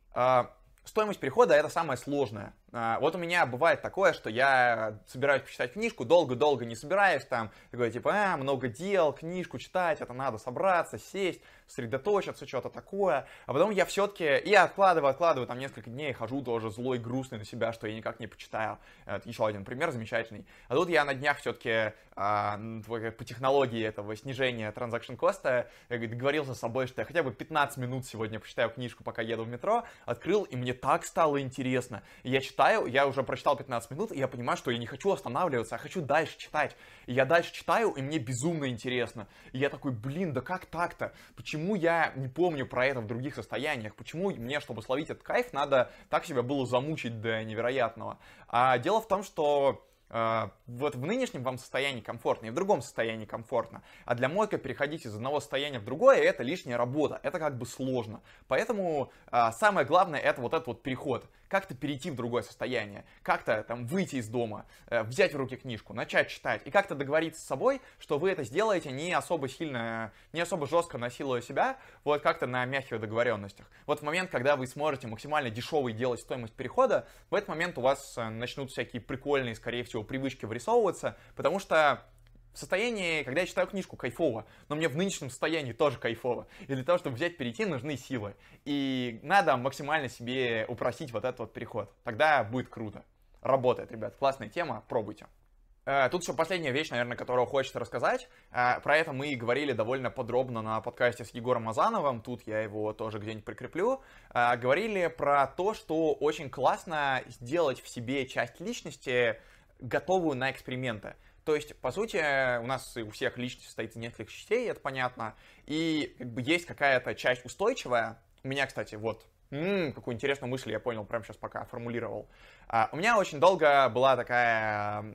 A: Стоимость перехода — это самое сложное. Вот у меня бывает такое, что я собираюсь почитать книжку, долго-долго не собираюсь, там, такой, типа, а, много дел, книжку читать, это надо собраться, сесть, сосредоточиться, что-то такое. А потом я все-таки, я откладываю, откладываю, там, несколько дней, хожу тоже злой, грустный на себя, что я никак не почитаю. Это еще один пример замечательный. А тут я на днях все-таки а, по технологии этого снижения transaction cost договорился с собой, что я хотя бы пятнадцать минут сегодня почитаю книжку, пока еду в метро, открыл, и мне так стало интересно. И я читаю, я уже прочитал пятнадцать минут, и я понимаю, что я не хочу останавливаться, я хочу дальше читать. И я дальше читаю, и мне безумно интересно. И я такой, блин, да как так-то? Почему я не помню про это в других состояниях? Почему мне, чтобы словить этот кайф, надо так себя было замучить до невероятного? А дело в том, что Uh, вот в нынешнем вам состоянии комфортно и в другом состоянии комфортно. А для мозга переходить из одного состояния в другое — это лишняя работа, это как бы сложно. Поэтому uh, самое главное — это вот этот вот переход. Как-то перейти в другое состояние, как-то там выйти из дома, uh, взять в руки книжку, начать читать и как-то договориться с собой, что вы это сделаете не особо сильно, не особо жестко насилуя себя, вот как-то на мягких договоренностях. Вот в момент, когда вы сможете максимально дешевой делать стоимость перехода, в этот момент у вас uh, начнут всякие прикольные, скорее всего, привычки вырисовываться, потому что в состоянии, когда я читаю книжку, кайфово, но мне в нынешнем состоянии тоже кайфово. И для того, чтобы взять, перейти, нужны силы. И надо максимально себе упростить вот этот вот переход. Тогда будет круто. Работает, ребят. Классная тема, пробуйте. Тут еще последняя вещь, наверное, которую хочется рассказать. Про это мы и говорили довольно подробно на подкасте с Егором Мазановым. Тут я его тоже где-нибудь прикреплю. Говорили про то, что очень классно сделать в себе часть личности, готовую на эксперименты. То есть, по сути, у нас у всех личность состоит из нескольких частей, это понятно, и как бы есть какая-то часть устойчивая. У меня, кстати, вот, м-м, какую интересную мысль я понял прямо сейчас, пока формулировал. А, у меня очень долго была такая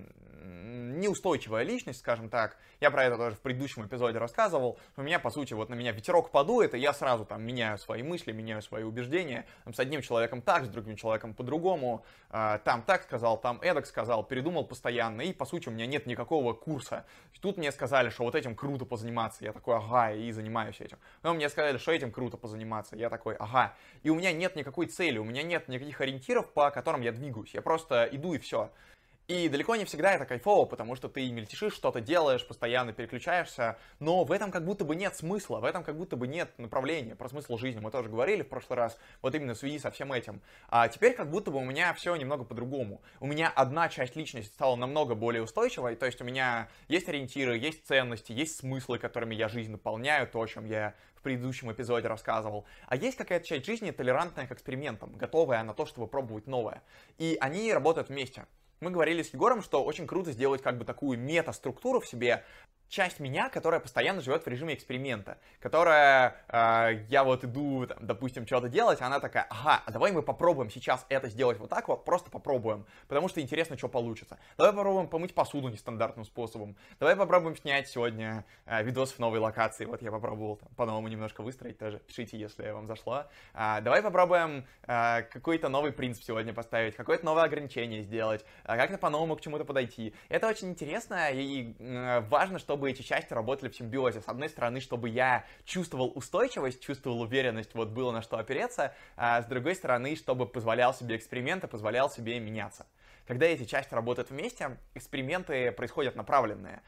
A: неустойчивая личность, скажем так. Я про это тоже в предыдущем эпизоде рассказывал. У меня, по сути, вот на меня ветерок подует, и я сразу там меняю свои мысли, меняю свои убеждения. Там, с одним человеком так, с другим человеком по-другому. Там так сказал, там эдак сказал, передумал постоянно. И, по сути, у меня нет никакого курса. Тут мне сказали, что вот этим круто позаниматься. Я такой, ага, и занимаюсь этим. Потом мне сказали, что этим круто позаниматься. Я такой, ага. И у меня нет никакой цели, у меня нет никаких ориентиров, по которым я двигаюсь. Я просто иду и все. И далеко не всегда это кайфово, потому что ты мельтешишь, что-то делаешь, постоянно переключаешься, но в этом как будто бы нет смысла, в этом как будто бы нет направления. Про смысл жизни мы тоже говорили в прошлый раз, вот именно в связи со всем этим. А теперь как будто бы у меня все немного по-другому. У меня одна часть личности стала намного более устойчивой, то есть у меня есть ориентиры, есть ценности, есть смыслы, которыми я жизнь наполняю, то, о чем я в предыдущем эпизоде рассказывал. А есть какая-то часть жизни, толерантная к экспериментам, готовая на то, чтобы пробовать новое. И они работают вместе. Мы говорили с Егором, что очень круто сделать как бы такую метаструктуру в себе, часть меня, которая постоянно живет в режиме эксперимента, которая, э, я вот иду, там, допустим, что-то делать, а она такая, ага, а давай мы попробуем сейчас это сделать вот так вот, просто попробуем, потому что интересно, что получится. Давай попробуем помыть посуду нестандартным способом, давай попробуем снять сегодня э, видос в новой локации, вот я попробовал там, по-новому немножко выстроить тоже, пишите, если вам зашло. А, давай попробуем э, какой-то новый принцип сегодня поставить, какое-то новое ограничение сделать, а как-то по-новому к чему-то подойти. Это очень интересно и э, важно, чтобы эти части работали в симбиозе. С одной стороны, чтобы я чувствовал устойчивость, чувствовал уверенность, вот было на что опереться, а с другой стороны, чтобы позволял себе эксперименты, позволял себе меняться. Когда эти части работают вместе, эксперименты происходят направленные.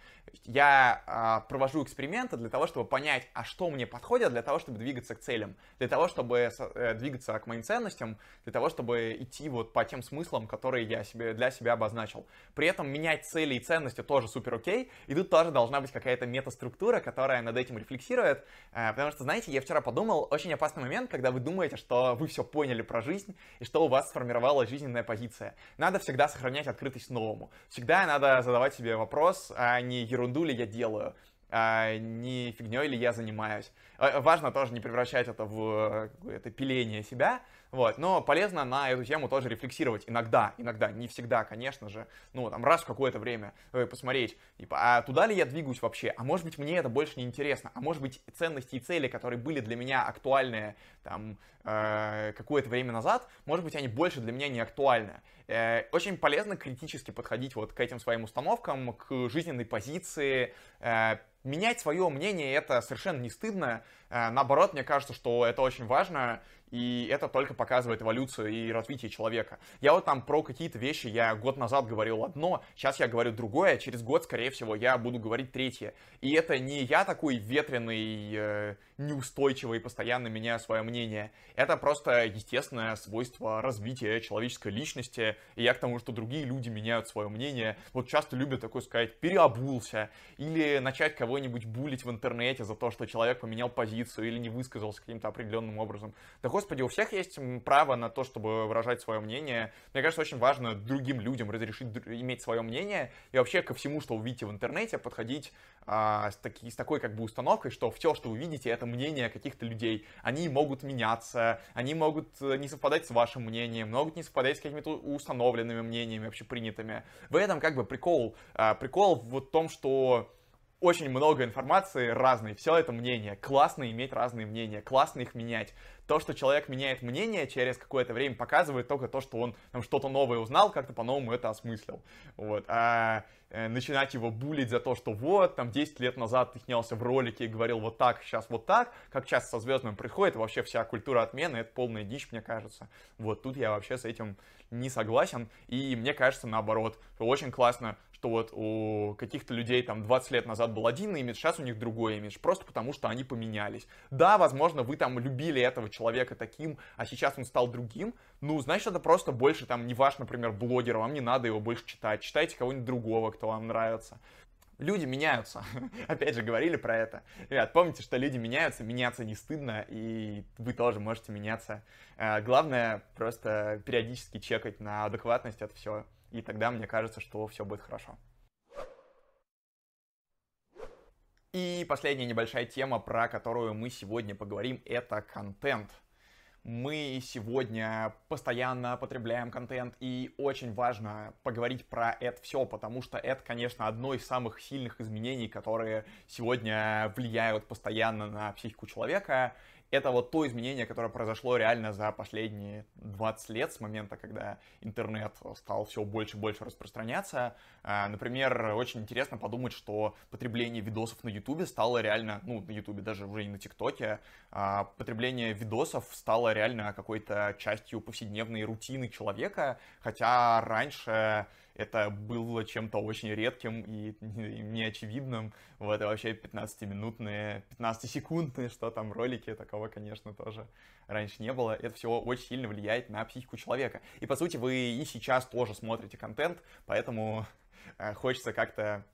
A: Я а, провожу эксперименты для того, чтобы понять, а что мне подходит, для того, чтобы двигаться к целям, для того, чтобы э, двигаться к моим ценностям, для того, чтобы идти вот по тем смыслам, которые я себе, для себя обозначил. При этом менять цели и ценности тоже супер окей, и тут тоже должна быть какая-то метаструктура, которая над этим рефлексирует, э, потому что, знаете, я вчера подумал, очень опасный момент, когда вы думаете, что вы все поняли про жизнь, и что у вас сформировалась жизненная позиция. Надо всегда сохранять открытость новому. Всегда надо задавать себе вопрос, а не ерунду ли я делаю, а не фигней ли я занимаюсь. Важно тоже не превращать это в какое-то пиление себя, вот, но полезно на эту тему тоже рефлексировать иногда, иногда, не всегда, конечно же, ну, там, раз в какое-то время посмотреть, типа, а туда ли я двигаюсь вообще, а может быть, мне это больше не интересно, а может быть, ценности и цели, которые были для меня актуальны, там, э, какое-то время назад, может быть, они больше для меня не актуальны. Э, очень полезно критически подходить вот к этим своим установкам, к жизненной позиции, э, менять свое мнение это совершенно не стыдно, э, наоборот, мне кажется, что это очень важно, и это только показывает эволюцию и развитие человека. Я вот там про какие-то вещи, я год назад говорил одно, сейчас я говорю другое, через год, скорее всего, я буду говорить третье. И это не я такой ветреный, э, неустойчивый, постоянно меняю свое мнение. Это просто естественное свойство развития человеческой личности. И я к тому, что другие люди меняют свое мнение. Вот часто любят такое сказать, переобулся. Или начать кого-нибудь булить в интернете за то, что человек поменял позицию или не высказался каким-то определенным образом. Да, господи, у всех есть право на то, чтобы выражать свое мнение. Мне кажется, очень важно другим людям разрешить иметь свое мнение. И вообще ко всему, что вы видите в интернете, подходить а, с, таки, с такой как бы установкой, что все, что вы видите, это мнение каких-то людей. Они могут меняться, они могут не совпадать с вашим мнением, могут не совпадать с какими-то установленными мнениями, общепринятыми. В этом как бы прикол. А, прикол в том, что очень много информации разной, все это мнение. Классно иметь разные мнения, классно их менять. То, что человек меняет мнение, через какое-то время показывает только то, что он там что-то новое узнал, как-то по-новому это осмыслил. Вот. А э, начинать его булить за то, что вот, там десять лет назад ты снялся в ролике и говорил вот так, сейчас вот так, как часто со Звездным происходит, вообще вся культура отмены, это полная дичь, мне кажется. Вот тут я вообще с этим не согласен. И мне кажется, наоборот, что очень классно, что вот у каких-то людей там двадцать лет назад был один имидж, сейчас у них другой имидж, просто потому что они поменялись. Да, возможно, вы там любили этого человека таким, а сейчас он стал другим, ну, значит, это просто больше там не ваш, например, блогер, вам не надо его больше читать, читайте кого-нибудь другого, кто вам нравится. Люди меняются. Опять же, говорили про это. Ребят, помните, что люди меняются, меняться не стыдно, и вы тоже можете меняться. Главное просто периодически чекать на адекватность это все. И тогда мне кажется, что все будет хорошо. И последняя небольшая тема, про которую мы сегодня поговорим, это контент. Мы сегодня постоянно потребляем контент, и очень важно поговорить про это все, потому что это, конечно, одно из самых сильных изменений, которые сегодня влияют постоянно на психику человека. Это вот то изменение, которое произошло реально за последние двадцать лет, с момента, когда интернет стал все больше и больше распространяться. Например, очень интересно подумать, что потребление видосов на Ютубе стало реально, ну, на Ютубе, даже уже и на ТикТоке, потребление видосов стало реально какой-то частью повседневной рутины человека, хотя раньше это было чем-то очень редким и неочевидным. Вот, и вообще пятнадцатиминутные, пятнадцатисекундные, что там, ролики, такого, конечно, тоже раньше не было. Это все очень сильно влияет на психику человека. И, по сути, вы и сейчас тоже смотрите контент, поэтому хочется как-то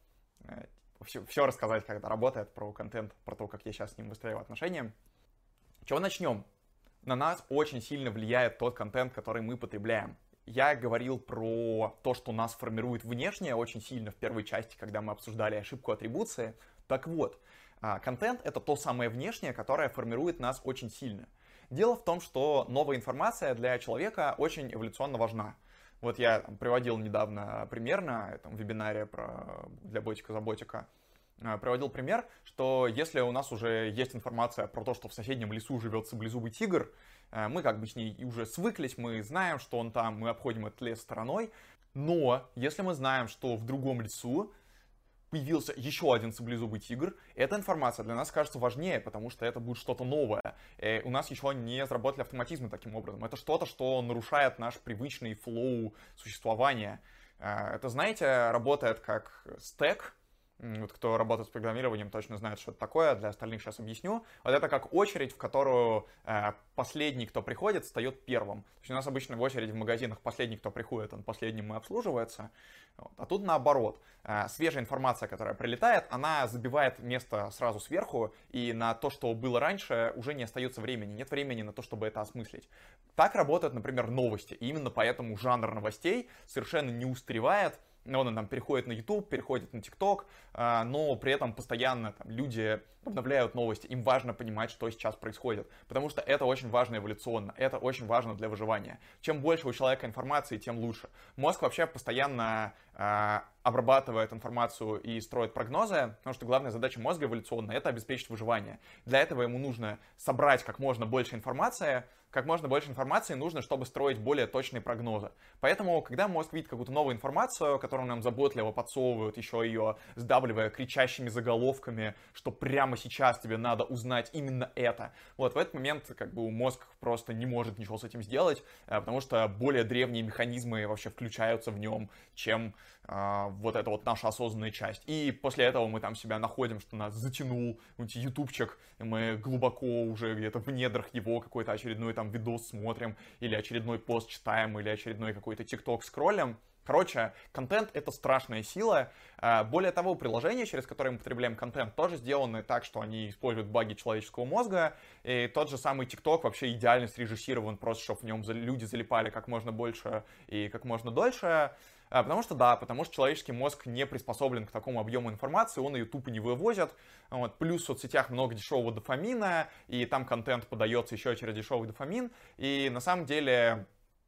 A: все, все рассказать, как это работает, про контент, про то, как я сейчас с ним выстраиваю отношения. Чего начнем? На нас очень сильно влияет тот контент, который мы потребляем. Я говорил про то, что нас формирует внешне очень сильно в первой части, когда мы обсуждали ошибку атрибуции. Так вот, контент — это то самое внешнее, которое формирует нас очень сильно. Дело в том, что новая информация для человека очень эволюционно важна. Вот я приводил недавно пример на этом вебинаре про для ботика-заботика. Приводил пример, что если у нас уже есть информация про то, что в соседнем лесу живет саблезубый тигр, мы как бы с ней уже свыклись, мы знаем, что он там, мы обходим этот лес стороной. Но если мы знаем, что в другом лесу появился еще один саблезубый тигр, эта информация для нас кажется важнее, потому что это будет что-то новое. И у нас еще не заработали автоматизмы таким образом. Это что-то, что нарушает наш привычный флоу существования. Это, знаете, работает как стэк. Вот кто работает с программированием, точно знает, что это такое. Для остальных сейчас объясню. Вот это как очередь, в которую э, последний, кто приходит, встает первым. То есть у нас обычно в очереди в магазинах последний, кто приходит, он последним и обслуживается. Вот. А тут наоборот. Э, свежая информация, которая прилетает, она забивает место сразу сверху, и на то, что было раньше, уже не остается времени. Нет времени на то, чтобы это осмыслить. Так работают, например, новости. И именно поэтому жанр новостей совершенно не устаревает. Он там переходит на YouTube, переходит на TikTok, но при этом постоянно там, люди обновляют новости. Им важно понимать, что сейчас происходит, потому что это очень важно эволюционно, это очень важно для выживания. Чем больше у человека информации, тем лучше. Мозг вообще постоянно э, обрабатывает информацию и строит прогнозы, потому что главная задача мозга эволюционная — это обеспечить выживание. Для этого ему нужно собрать как можно больше информации, как можно больше информации нужно, чтобы строить более точные прогнозы. Поэтому, когда мозг видит какую-то новую информацию, которую нам заботливо подсовывают, еще ее сдавливая кричащими заголовками, что прямо сейчас тебе надо узнать именно это, вот в этот момент как бы мозг просто не может ничего с этим сделать, потому что более древние механизмы вообще включаются в нем, чем э, вот эта вот наша осознанная часть. И после этого мы там себя находим, что нас затянул ютубчик, и мы глубоко уже где-то в недрах его какой-то очередной там видос смотрим, или очередной пост читаем, или очередной какой-то тикток скроллим. Короче, контент — это страшная сила. Более того, приложения, через которые мы потребляем контент, тоже сделаны так, что они используют баги человеческого мозга. И тот же самый TikTok вообще идеально срежиссирован, просто чтобы в нем люди залипали как можно больше и как можно дольше. Потому что, да, потому что человеческий мозг не приспособлен к такому объему информации, он ее тупо не вывозит. Вот. Плюс в соцсетях много дешевого дофамина, и там контент подается еще через дешевый дофамин. И на самом деле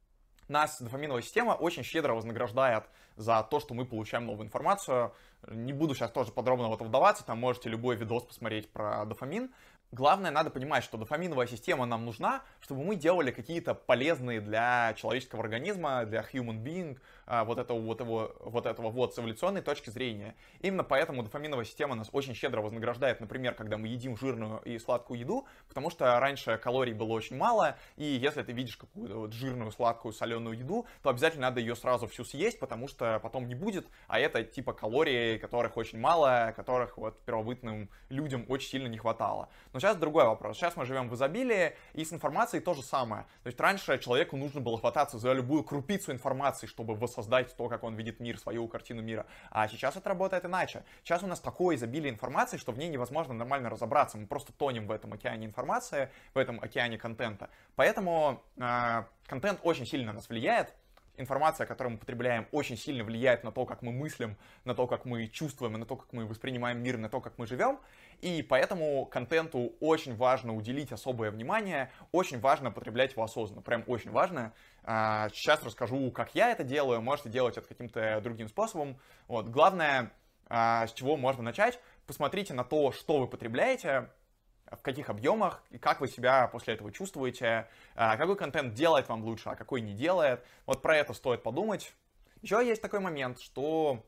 A: нас дофаминовая система очень щедро вознаграждает за то, что мы получаем новую информацию. Не буду сейчас тоже подробно в это вдаваться, там можете любой видос посмотреть про дофамин. Главное, надо понимать, что дофаминовая система нам нужна, чтобы мы делали какие-то полезные для человеческого организма, для human being, вот этого вот, его, вот этого вот с эволюционной точки зрения. Именно поэтому дофаминовая система нас очень щедро вознаграждает, например, когда мы едим жирную и сладкую еду, потому что раньше калорий было очень мало, и если ты видишь какую-то вот жирную, сладкую, соленую еду, то обязательно надо ее сразу всю съесть, потому что потом не будет, а это типа калорий, которых очень мало, которых вот первобытным людям очень сильно не хватало. Но сейчас другой вопрос. Сейчас мы живем в изобилии, и с информацией то же самое. То есть раньше человеку нужно было хвататься за любую крупицу информации, чтобы воссоздать то, как он видит мир, свою картину мира. А сейчас это работает иначе. Сейчас у нас такое изобилие информации, что в ней невозможно нормально разобраться. Мы просто тонем в этом океане информации, в этом океане контента. Поэтому э, контент очень сильно на нас влияет. информация, которую мы потребляем, очень сильно влияет на то, как мы мыслим, на то, как мы чувствуем, и на то, как мы воспринимаем мир, на то, как мы живем. И поэтому контенту очень важно уделить особое внимание, очень важно потреблять его осознанно, прям очень важно. Сейчас расскажу, как я это делаю, можете делать это каким-то другим способом. Вот. Главное, с чего можно начать, посмотрите на то, что вы потребляете, в каких объемах, и как вы себя после этого чувствуете, какой контент делает вам лучше, а какой не делает. Вот про это стоит подумать. Еще есть такой момент, что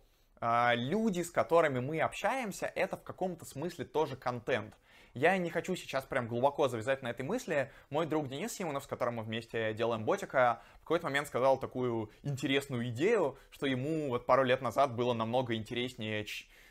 A: люди, с которыми мы общаемся, это в каком-то смысле тоже контент. Я не хочу сейчас прям глубоко завязать на этой мысли. Мой друг Денис Симонов, с которым мы вместе делаем ботика, в какой-то момент сказал такую интересную идею, что ему вот пару лет назад было намного интереснее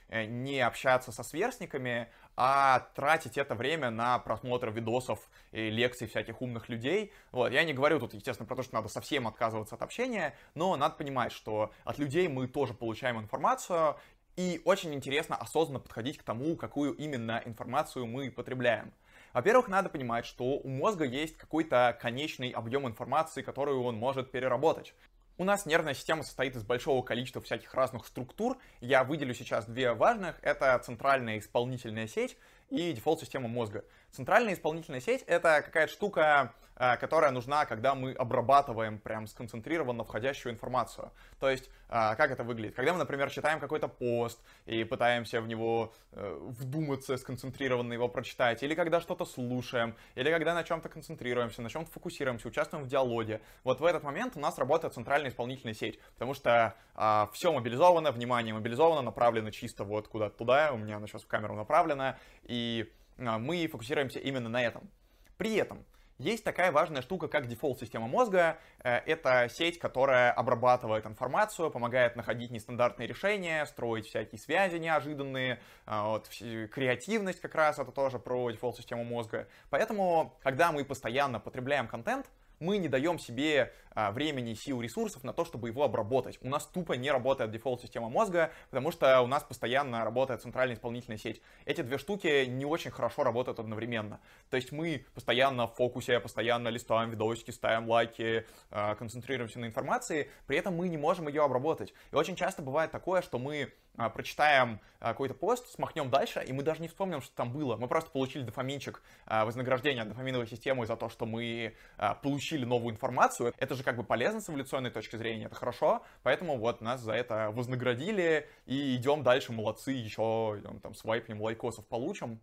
A: не общаться со сверстниками, а тратить это время на просмотр видосов и лекций всяких умных людей. Вот. Я не говорю тут, естественно, про то, что надо совсем отказываться от общения, но надо понимать, что от людей мы тоже получаем информацию, и очень интересно осознанно подходить к тому, какую именно информацию мы потребляем. Во-первых, надо понимать, что у мозга есть какой-то конечный объем информации, которую он может переработать. У нас нервная система состоит из большого количества всяких разных структур. Я выделю сейчас две важных. Это центральная исполнительная сеть и дефолт-система мозга. Центральная исполнительная сеть — это какая-то штука, которая нужна, когда мы обрабатываем прям сконцентрированно входящую информацию. То есть, как это выглядит? Когда мы, например, читаем какой-то пост и пытаемся в него вдуматься, сконцентрированно его прочитать, или когда что-то слушаем, или когда на чем-то концентрируемся, на чем-то фокусируемся, участвуем в диалоге. Вот в этот момент у нас работает центральная исполнительная сеть, потому что а, все мобилизовано, внимание мобилизовано, направлено чисто вот куда-то туда, у меня оно сейчас в камеру направлено, и а, мы фокусируемся именно на этом. При этом есть такая важная штука, как дефолт-система мозга. Это сеть, которая обрабатывает информацию, помогает находить нестандартные решения, строить всякие связи неожиданные. Вот, креативность как раз это тоже про дефолт-систему мозга. Поэтому, когда мы постоянно потребляем контент, мы не даем себе а, времени, сил, ресурсов на то, чтобы его обработать. У нас тупо не работает дефолт-система мозга, потому что у нас постоянно работает центральная исполнительная сеть. Эти две штуки не очень хорошо работают одновременно. То есть мы постоянно в фокусе, постоянно листаем видосики, ставим лайки, а, концентрируемся на информации, при этом мы не можем ее обработать. И очень часто бывает такое, что мы а, прочитаем а, какой-то пост, смахнем дальше, и мы даже не вспомним, что там было. Мы просто получили дофаминчик, а, вознаграждение от дофаминовой системы за то, что мы а, получили новую информацию. Это же как бы полезно с эволюционной точки зрения, это хорошо, поэтому вот нас за это вознаградили, и идем дальше, молодцы, еще идем, там свайпнем, лайкосов получим.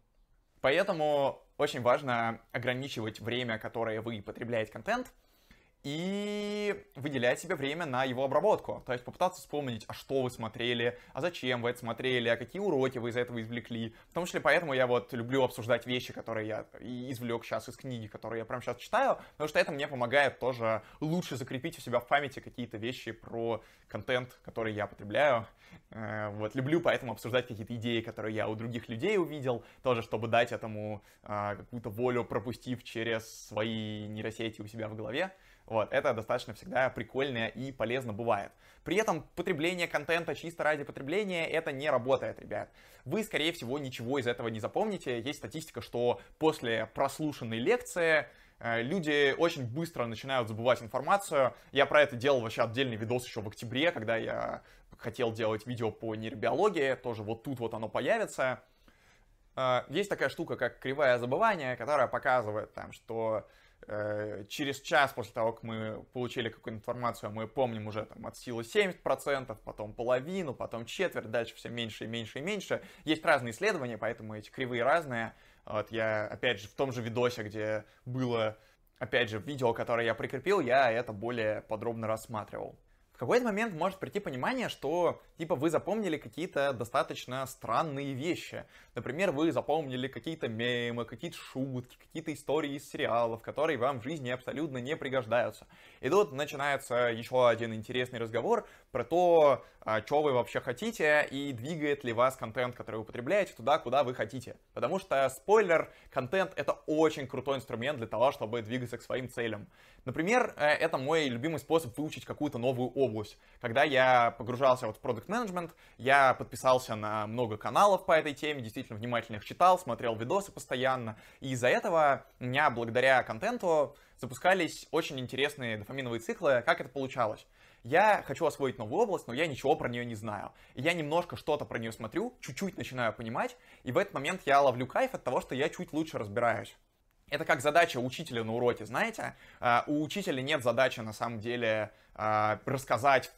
A: Поэтому очень важно ограничивать время, которое вы потребляете контент, и выделять себе время на его обработку. То есть попытаться вспомнить, а что вы смотрели, а зачем вы это смотрели, а какие уроки вы из этого извлекли. В том числе поэтому я вот люблю обсуждать вещи, которые я извлек сейчас из книги, которые я прямо сейчас читаю, потому что это мне помогает тоже лучше закрепить у себя в памяти какие-то вещи про контент, который я потребляю. Вот, люблю поэтому обсуждать какие-то идеи, которые я у других людей увидел, тоже чтобы дать этому какую-то волю, пропустив через свои нейросети у себя в голове. Вот, это достаточно всегда прикольно и полезно бывает. При этом потребление контента чисто ради потребления это не работает, ребят. Вы, скорее всего, ничего из этого не запомните. Есть статистика, что после прослушанной лекции люди очень быстро начинают забывать информацию. Я про это делал вообще отдельный видос еще в октябре, когда я хотел делать видео по нейробиологии. Тоже вот тут вот оно появится. Есть такая штука, как кривая забывания, которая показывает, там, что через час после того, как мы получили какую-то информацию, мы помним уже там, от силы семьдесят процентов, потом половину, потом четверть, дальше все меньше и меньше и меньше. Есть разные исследования, поэтому эти кривые разные. Вот я, опять же, в том же видосе, где было, опять же, видео, которое я прикрепил, я это более подробно рассматривал. В какой-то момент может прийти понимание, что типа вы запомнили какие-то достаточно странные вещи. Например, вы запомнили какие-то мемы, какие-то шутки, какие-то истории из сериалов, которые вам в жизни абсолютно не пригождаются. И тут начинается еще один интересный разговор про то, что вы вообще хотите и двигает ли вас контент, который вы употребляете, туда, куда вы хотите. Потому что, спойлер, контент — это очень крутой инструмент для того, чтобы двигаться к своим целям. Например, это мой любимый способ выучить какую-то новую область. Когда я погружался вот в продакт менеджмент, я подписался на много каналов по этой теме, действительно внимательно их читал, смотрел видосы постоянно. И из-за этого у меня, благодаря контенту, запускались очень интересные дофаминовые циклы. Как это получалось? Я хочу освоить новую область, но я ничего про нее не знаю. И я немножко что-то про нее смотрю, чуть-чуть начинаю понимать, и в этот момент я ловлю кайф от того, что я чуть лучше разбираюсь. Это как задача учителя на уроке, знаете? У учителя нет задачи, на самом деле, рассказать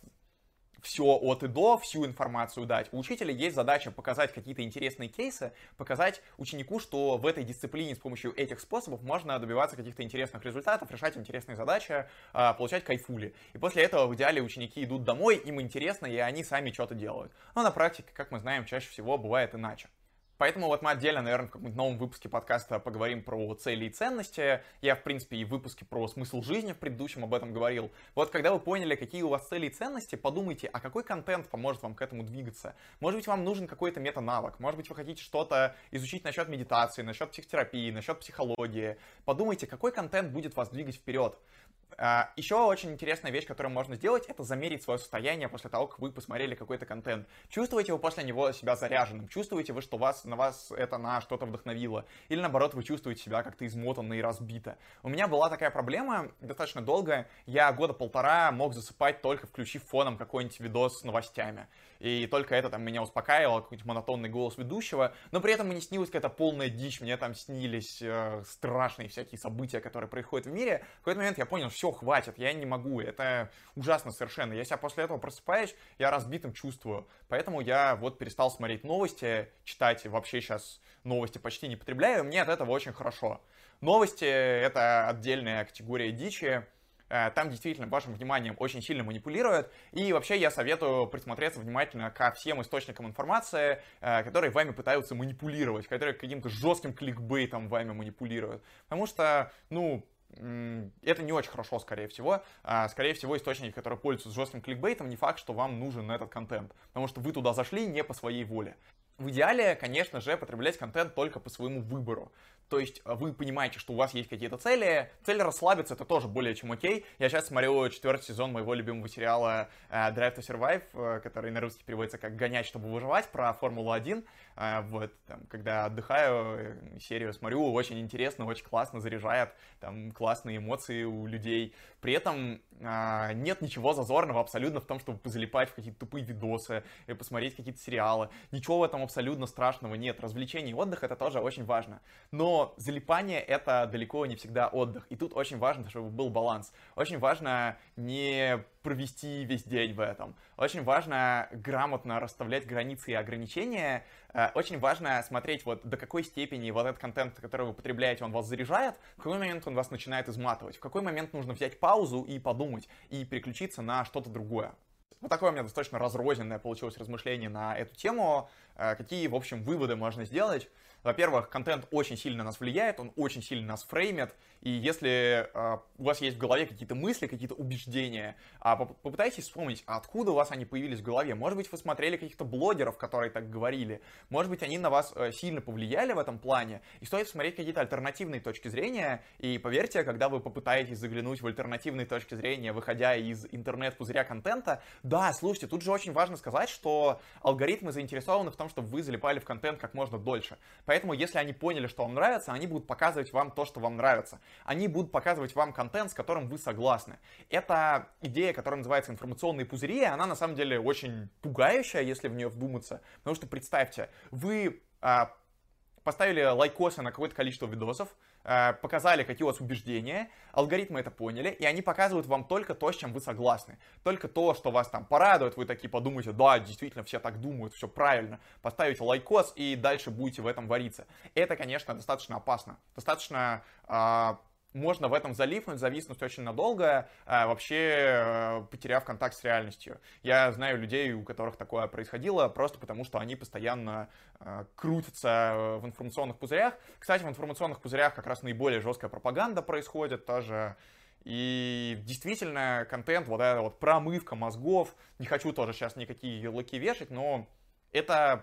A: все от и до, всю информацию дать. У учителя есть задача показать какие-то интересные кейсы, показать ученику, что в этой дисциплине с помощью этих способов можно добиваться каких-то интересных результатов, решать интересные задачи, получать кайфули. И после этого в идеале ученики идут домой, им интересно, и они сами что-то делают. Но на практике, как мы знаем, чаще всего бывает иначе. Поэтому вот мы отдельно, наверное, в каком-нибудь новом выпуске подкаста поговорим про цели и ценности. Я, в принципе, и в выпуске про смысл жизни в предыдущем об этом говорил. Вот когда вы поняли, какие у вас цели и ценности, подумайте, а какой контент поможет вам к этому двигаться. Может быть, вам нужен какой-то мета-навык. Может быть, вы хотите что-то изучить насчет медитации, насчет психотерапии, насчет психологии. Подумайте, какой контент будет вас двигать вперед. Еще очень интересная вещь, которую можно сделать, это замерить свое состояние после того, как вы посмотрели какой-то контент. Чувствуете вы после него себя заряженным? Чувствуете вы, что вас, на вас это на что-то вдохновило? Или наоборот, вы чувствуете себя как-то измотанно и разбито? У меня была такая проблема достаточно долго. Я года полтора мог засыпать, только включив фоном какой-нибудь видос с новостями. И только это там меня успокаивало, какой-нибудь монотонный голос ведущего. Но при этом мне снилась какая-то полная дичь. Мне там снились э, страшные всякие события, которые происходят в мире. В какой-то момент я понял, все, хватит, я не могу. Это ужасно совершенно. Я себя после этого просыпаюсь, я разбитым чувствую. Поэтому я вот перестал смотреть новости, читать вообще сейчас новости почти не потребляю. Мне от этого очень хорошо. Новости — это отдельная категория дичи. Там действительно вашим вниманием очень сильно манипулируют. И вообще я советую присмотреться внимательно ко всем источникам информации, которые вами пытаются манипулировать, которые каким-то жестким кликбейтом вами манипулируют. Потому что, ну, это не очень хорошо, скорее всего. Скорее всего, источники, которые пользуются жестким кликбейтом, не факт, что вам нужен этот контент. Потому что вы туда зашли не по своей воле. В идеале, конечно же, потреблять контент только по своему выбору. То есть вы понимаете, что у вас есть какие-то цели. Цель расслабиться — это тоже более чем окей. Я сейчас смотрю четвертый сезон моего любимого сериала Drive to Survive, который на русский переводится как «Гонять, чтобы выживать», про Формулу один. Вот, там, когда отдыхаю, серию смотрю, очень интересно, очень классно, заряжает, там классные эмоции у людей. При этом а, нет ничего зазорного абсолютно в том, чтобы позалипать в какие-то тупые видосы и посмотреть какие-то сериалы. Ничего в этом абсолютно страшного нет. Развлечение и отдых — это тоже очень важно. Но залипание — это далеко не всегда отдых. И тут очень важно, чтобы был баланс. Очень важно не провести весь день в этом. Очень важно грамотно расставлять границы и ограничения. Очень важно смотреть, вот до какой степени вот этот контент, который вы потребляете, он вас заряжает, в какой момент он вас начинает изматывать, в какой момент нужно взять паузу и подумать, и переключиться на что-то другое. Вот такое у меня достаточно разрозненное получилось размышление на эту тему. Какие, в общем, выводы можно сделать? Во-первых, контент очень сильно нас влияет, он очень сильно нас фреймит, и если э, у вас есть в голове какие-то мысли, какие-то убеждения, э, попытайтесь вспомнить, откуда у вас они появились в голове. Может быть, вы смотрели каких-то блогеров, которые так говорили, может быть, они на вас э, сильно повлияли в этом плане, и стоит смотреть какие-то альтернативные точки зрения, и поверьте, когда вы попытаетесь заглянуть в альтернативные точки зрения, выходя из интернет-пузыря контента, да, слушайте, тут же очень важно сказать, что алгоритмы заинтересованы в том, чтобы вы залипали в контент как можно дольше. Поэтому, если они поняли, что вам нравится, они будут показывать вам то, что вам нравится. Они будут показывать вам контент, с которым вы согласны. Это идея, которая называется информационные пузыри, она на самом деле очень пугающая, если в нее вдуматься. Потому что представьте, вы а, поставили лайкосы на какое-то количество видосов, показали, какие у вас убеждения, алгоритмы это поняли, и они показывают вам только то, с чем вы согласны. Только то, что вас там порадует, вы такие подумаете, да, действительно, все так думают, все правильно. Поставите лайкос и дальше будете в этом вариться. Это, конечно, достаточно опасно. Достаточно... Э, можно в этом залипнуть, зависнуть очень надолго, а вообще потеряв контакт с реальностью. Я знаю людей, у которых такое происходило, просто потому что они постоянно э, крутятся в информационных пузырях. Кстати, в информационных пузырях как раз наиболее жесткая пропаганда происходит тоже. И действительно, контент, вот эта вот промывка мозгов, не хочу тоже сейчас никакие ярлыки вешать, но это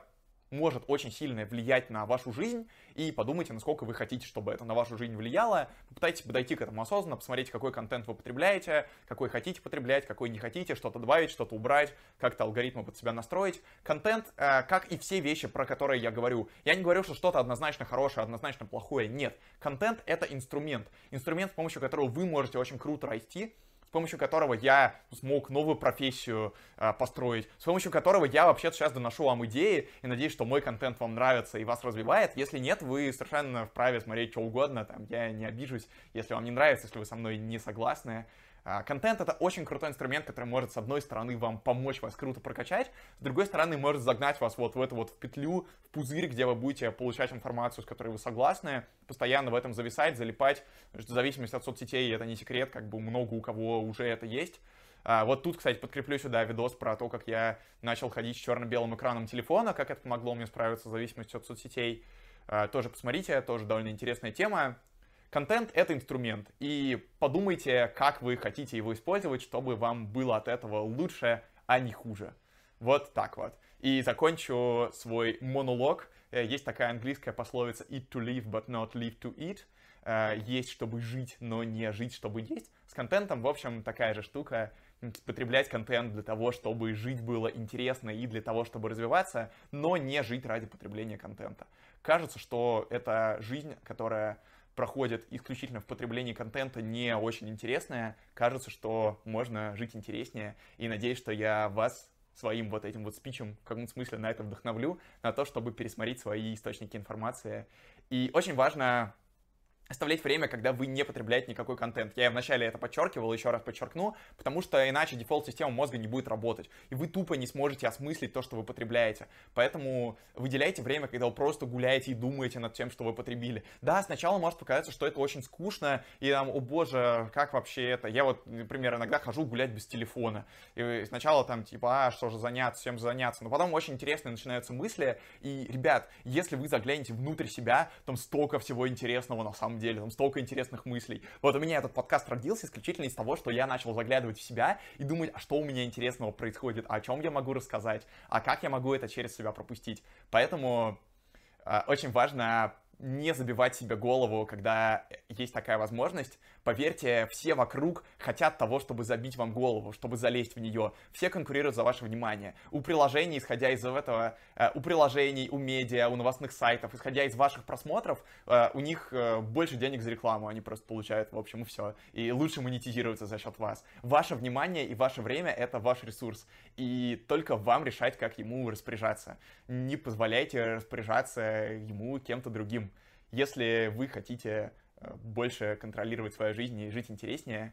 A: может очень сильно влиять на вашу жизнь, и подумайте, насколько вы хотите, чтобы это на вашу жизнь влияло. Попытайтесь подойти к этому осознанно, посмотрите, какой контент вы потребляете, какой хотите потреблять, какой не хотите, что-то добавить, что-то убрать, как-то алгоритмы под себя настроить. Контент, э, как и все вещи, про которые я говорю. Я не говорю, что что-то однозначно хорошее, однозначно плохое. Нет. Контент — это инструмент. Инструмент, с помощью которого вы можете очень круто расти, с помощью которого я смог новую профессию э, построить, с помощью которого я вообще сейчас доношу вам идеи и надеюсь, что мой контент вам нравится и вас развивает. Если нет, вы совершенно вправе смотреть что угодно, там, я не обижусь, если вам не нравится, если вы со мной не согласны. Контент — это очень крутой инструмент, который может, с одной стороны, вам помочь вас круто прокачать, с другой стороны, может загнать вас вот в эту вот в петлю, в пузырь, где вы будете получать информацию, с которой вы согласны, постоянно в этом зависать, залипать. В зависимости от соцсетей, это не секрет, как бы много у кого уже это есть. Вот тут, кстати, подкреплю сюда видос про то, как я начал ходить с черно-белым экраном телефона, как это помогло мне справиться с зависимостью от соцсетей. Тоже посмотрите, тоже довольно интересная тема. Контент — это инструмент, и подумайте, как вы хотите его использовать, чтобы вам было от этого лучше, а не хуже. Вот так вот. И закончу свой монолог. Есть такая английская пословица eat to live, but not live to eat. Есть, чтобы жить, но не жить, чтобы есть. С контентом, в общем, такая же штука. Потреблять контент для того, чтобы жить было интересно и для того, чтобы развиваться, но не жить ради потребления контента. Кажется, что это жизнь, которая проходит исключительно в потреблении контента, не очень интересная. Кажется, что можно жить интереснее. И надеюсь, что я вас своим вот этим вот спичем в каком-то смысле на это вдохновлю, на то, чтобы пересмотреть свои источники информации. И очень важно оставлять время, когда вы не потребляете никакой контент. Я вначале это подчеркивал, еще раз подчеркну, потому что иначе дефолт-система мозга не будет работать, и вы тупо не сможете осмыслить то, что вы потребляете. Поэтому выделяйте время, когда вы просто гуляете и думаете над тем, что вы потребили. Да, сначала может показаться, что это очень скучно, и там, о боже, как вообще это? Я вот, например, иногда хожу гулять без телефона, и сначала там типа, а, что же заняться, чем заняться, но потом очень интересные начинаются мысли, и, ребят, если вы заглянете внутрь себя, там столько всего интересного на самом деле, деле, там столько интересных мыслей. Вот у меня этот подкаст родился исключительно из того, что я начал заглядывать в себя и думать, а что у меня интересного происходит, о чем я могу рассказать, а как я могу это через себя пропустить. Поэтому э, очень важно не забивать себе голову, когда есть такая возможность. Поверьте, все вокруг хотят того, чтобы забить вам голову, чтобы залезть в нее. Все конкурируют за ваше внимание. У приложений, исходя из этого, у приложений, у медиа, у новостных сайтов, исходя из ваших просмотров, у них больше денег за рекламу они просто получают, в общем, и все. И лучше монетизируются за счет вас. Ваше внимание и ваше время — это ваш ресурс. И только вам решать, как ему распоряжаться. Не позволяйте распоряжаться ему кем-то другим. Если вы хотите больше контролировать свою жизнь и жить интереснее,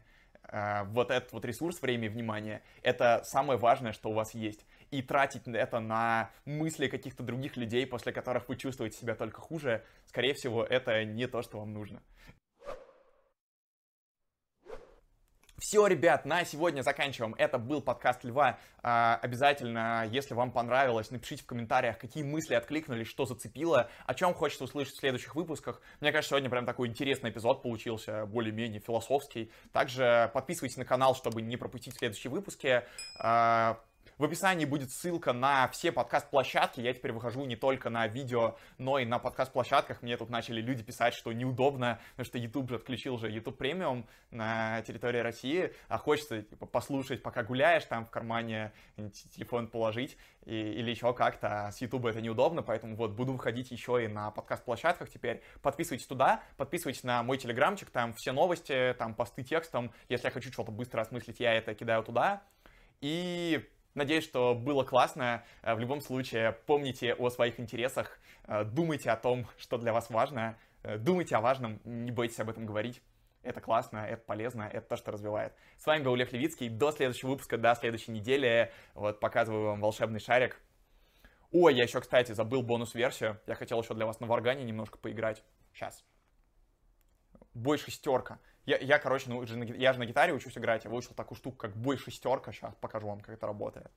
A: вот этот вот ресурс, время и внимание, это самое важное, что у вас есть. И тратить это на мысли каких-то других людей, после которых вы чувствуете себя только хуже, скорее всего, это не то, что вам нужно. Все, ребят, на сегодня заканчиваем. Это был подкаст Льва. Обязательно, если вам понравилось, напишите в комментариях, какие мысли откликнулись, что зацепило, о чем хочется услышать в следующих выпусках. Мне кажется, сегодня прям такой интересный эпизод получился, более-менее философский. Также подписывайтесь на канал, чтобы не пропустить следующие выпуски. В описании будет ссылка на все подкаст-площадки. Я теперь выхожу не только на видео, но и на подкаст-площадках. Мне тут начали люди писать, что неудобно, потому что YouTube же отключил же YouTube премиум на территории России, а хочется типа, послушать, пока гуляешь, там в кармане телефон положить и, или еще как-то. А с YouTube это неудобно, поэтому вот буду выходить еще и на подкаст-площадках теперь. Подписывайтесь туда, подписывайтесь на мой телеграмчик, там все новости, там посты текстом. Если я хочу что-то быстро осмыслить, я это кидаю туда. И надеюсь, что было классно. В любом случае, помните о своих интересах, думайте о том, что для вас важно, думайте о важном, не бойтесь об этом говорить. Это классно, это полезно, это то, что развивает. С вами был Олег Левицкий. До следующего выпуска, до следующей недели. Вот, показываю вам волшебный шарик. Ой, я еще, кстати, забыл бонус-версию. Я хотел еще для вас на варгане немножко поиграть. Сейчас. Бой шестерка. Я, я, короче, ну, я же на гитаре учусь играть, я выучил такую штуку, как бой шестерка. Сейчас покажу вам, как это работает.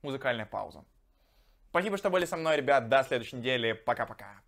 A: Музыкальная пауза. Спасибо, что были со мной, ребят. До следующей недели. Пока-пока.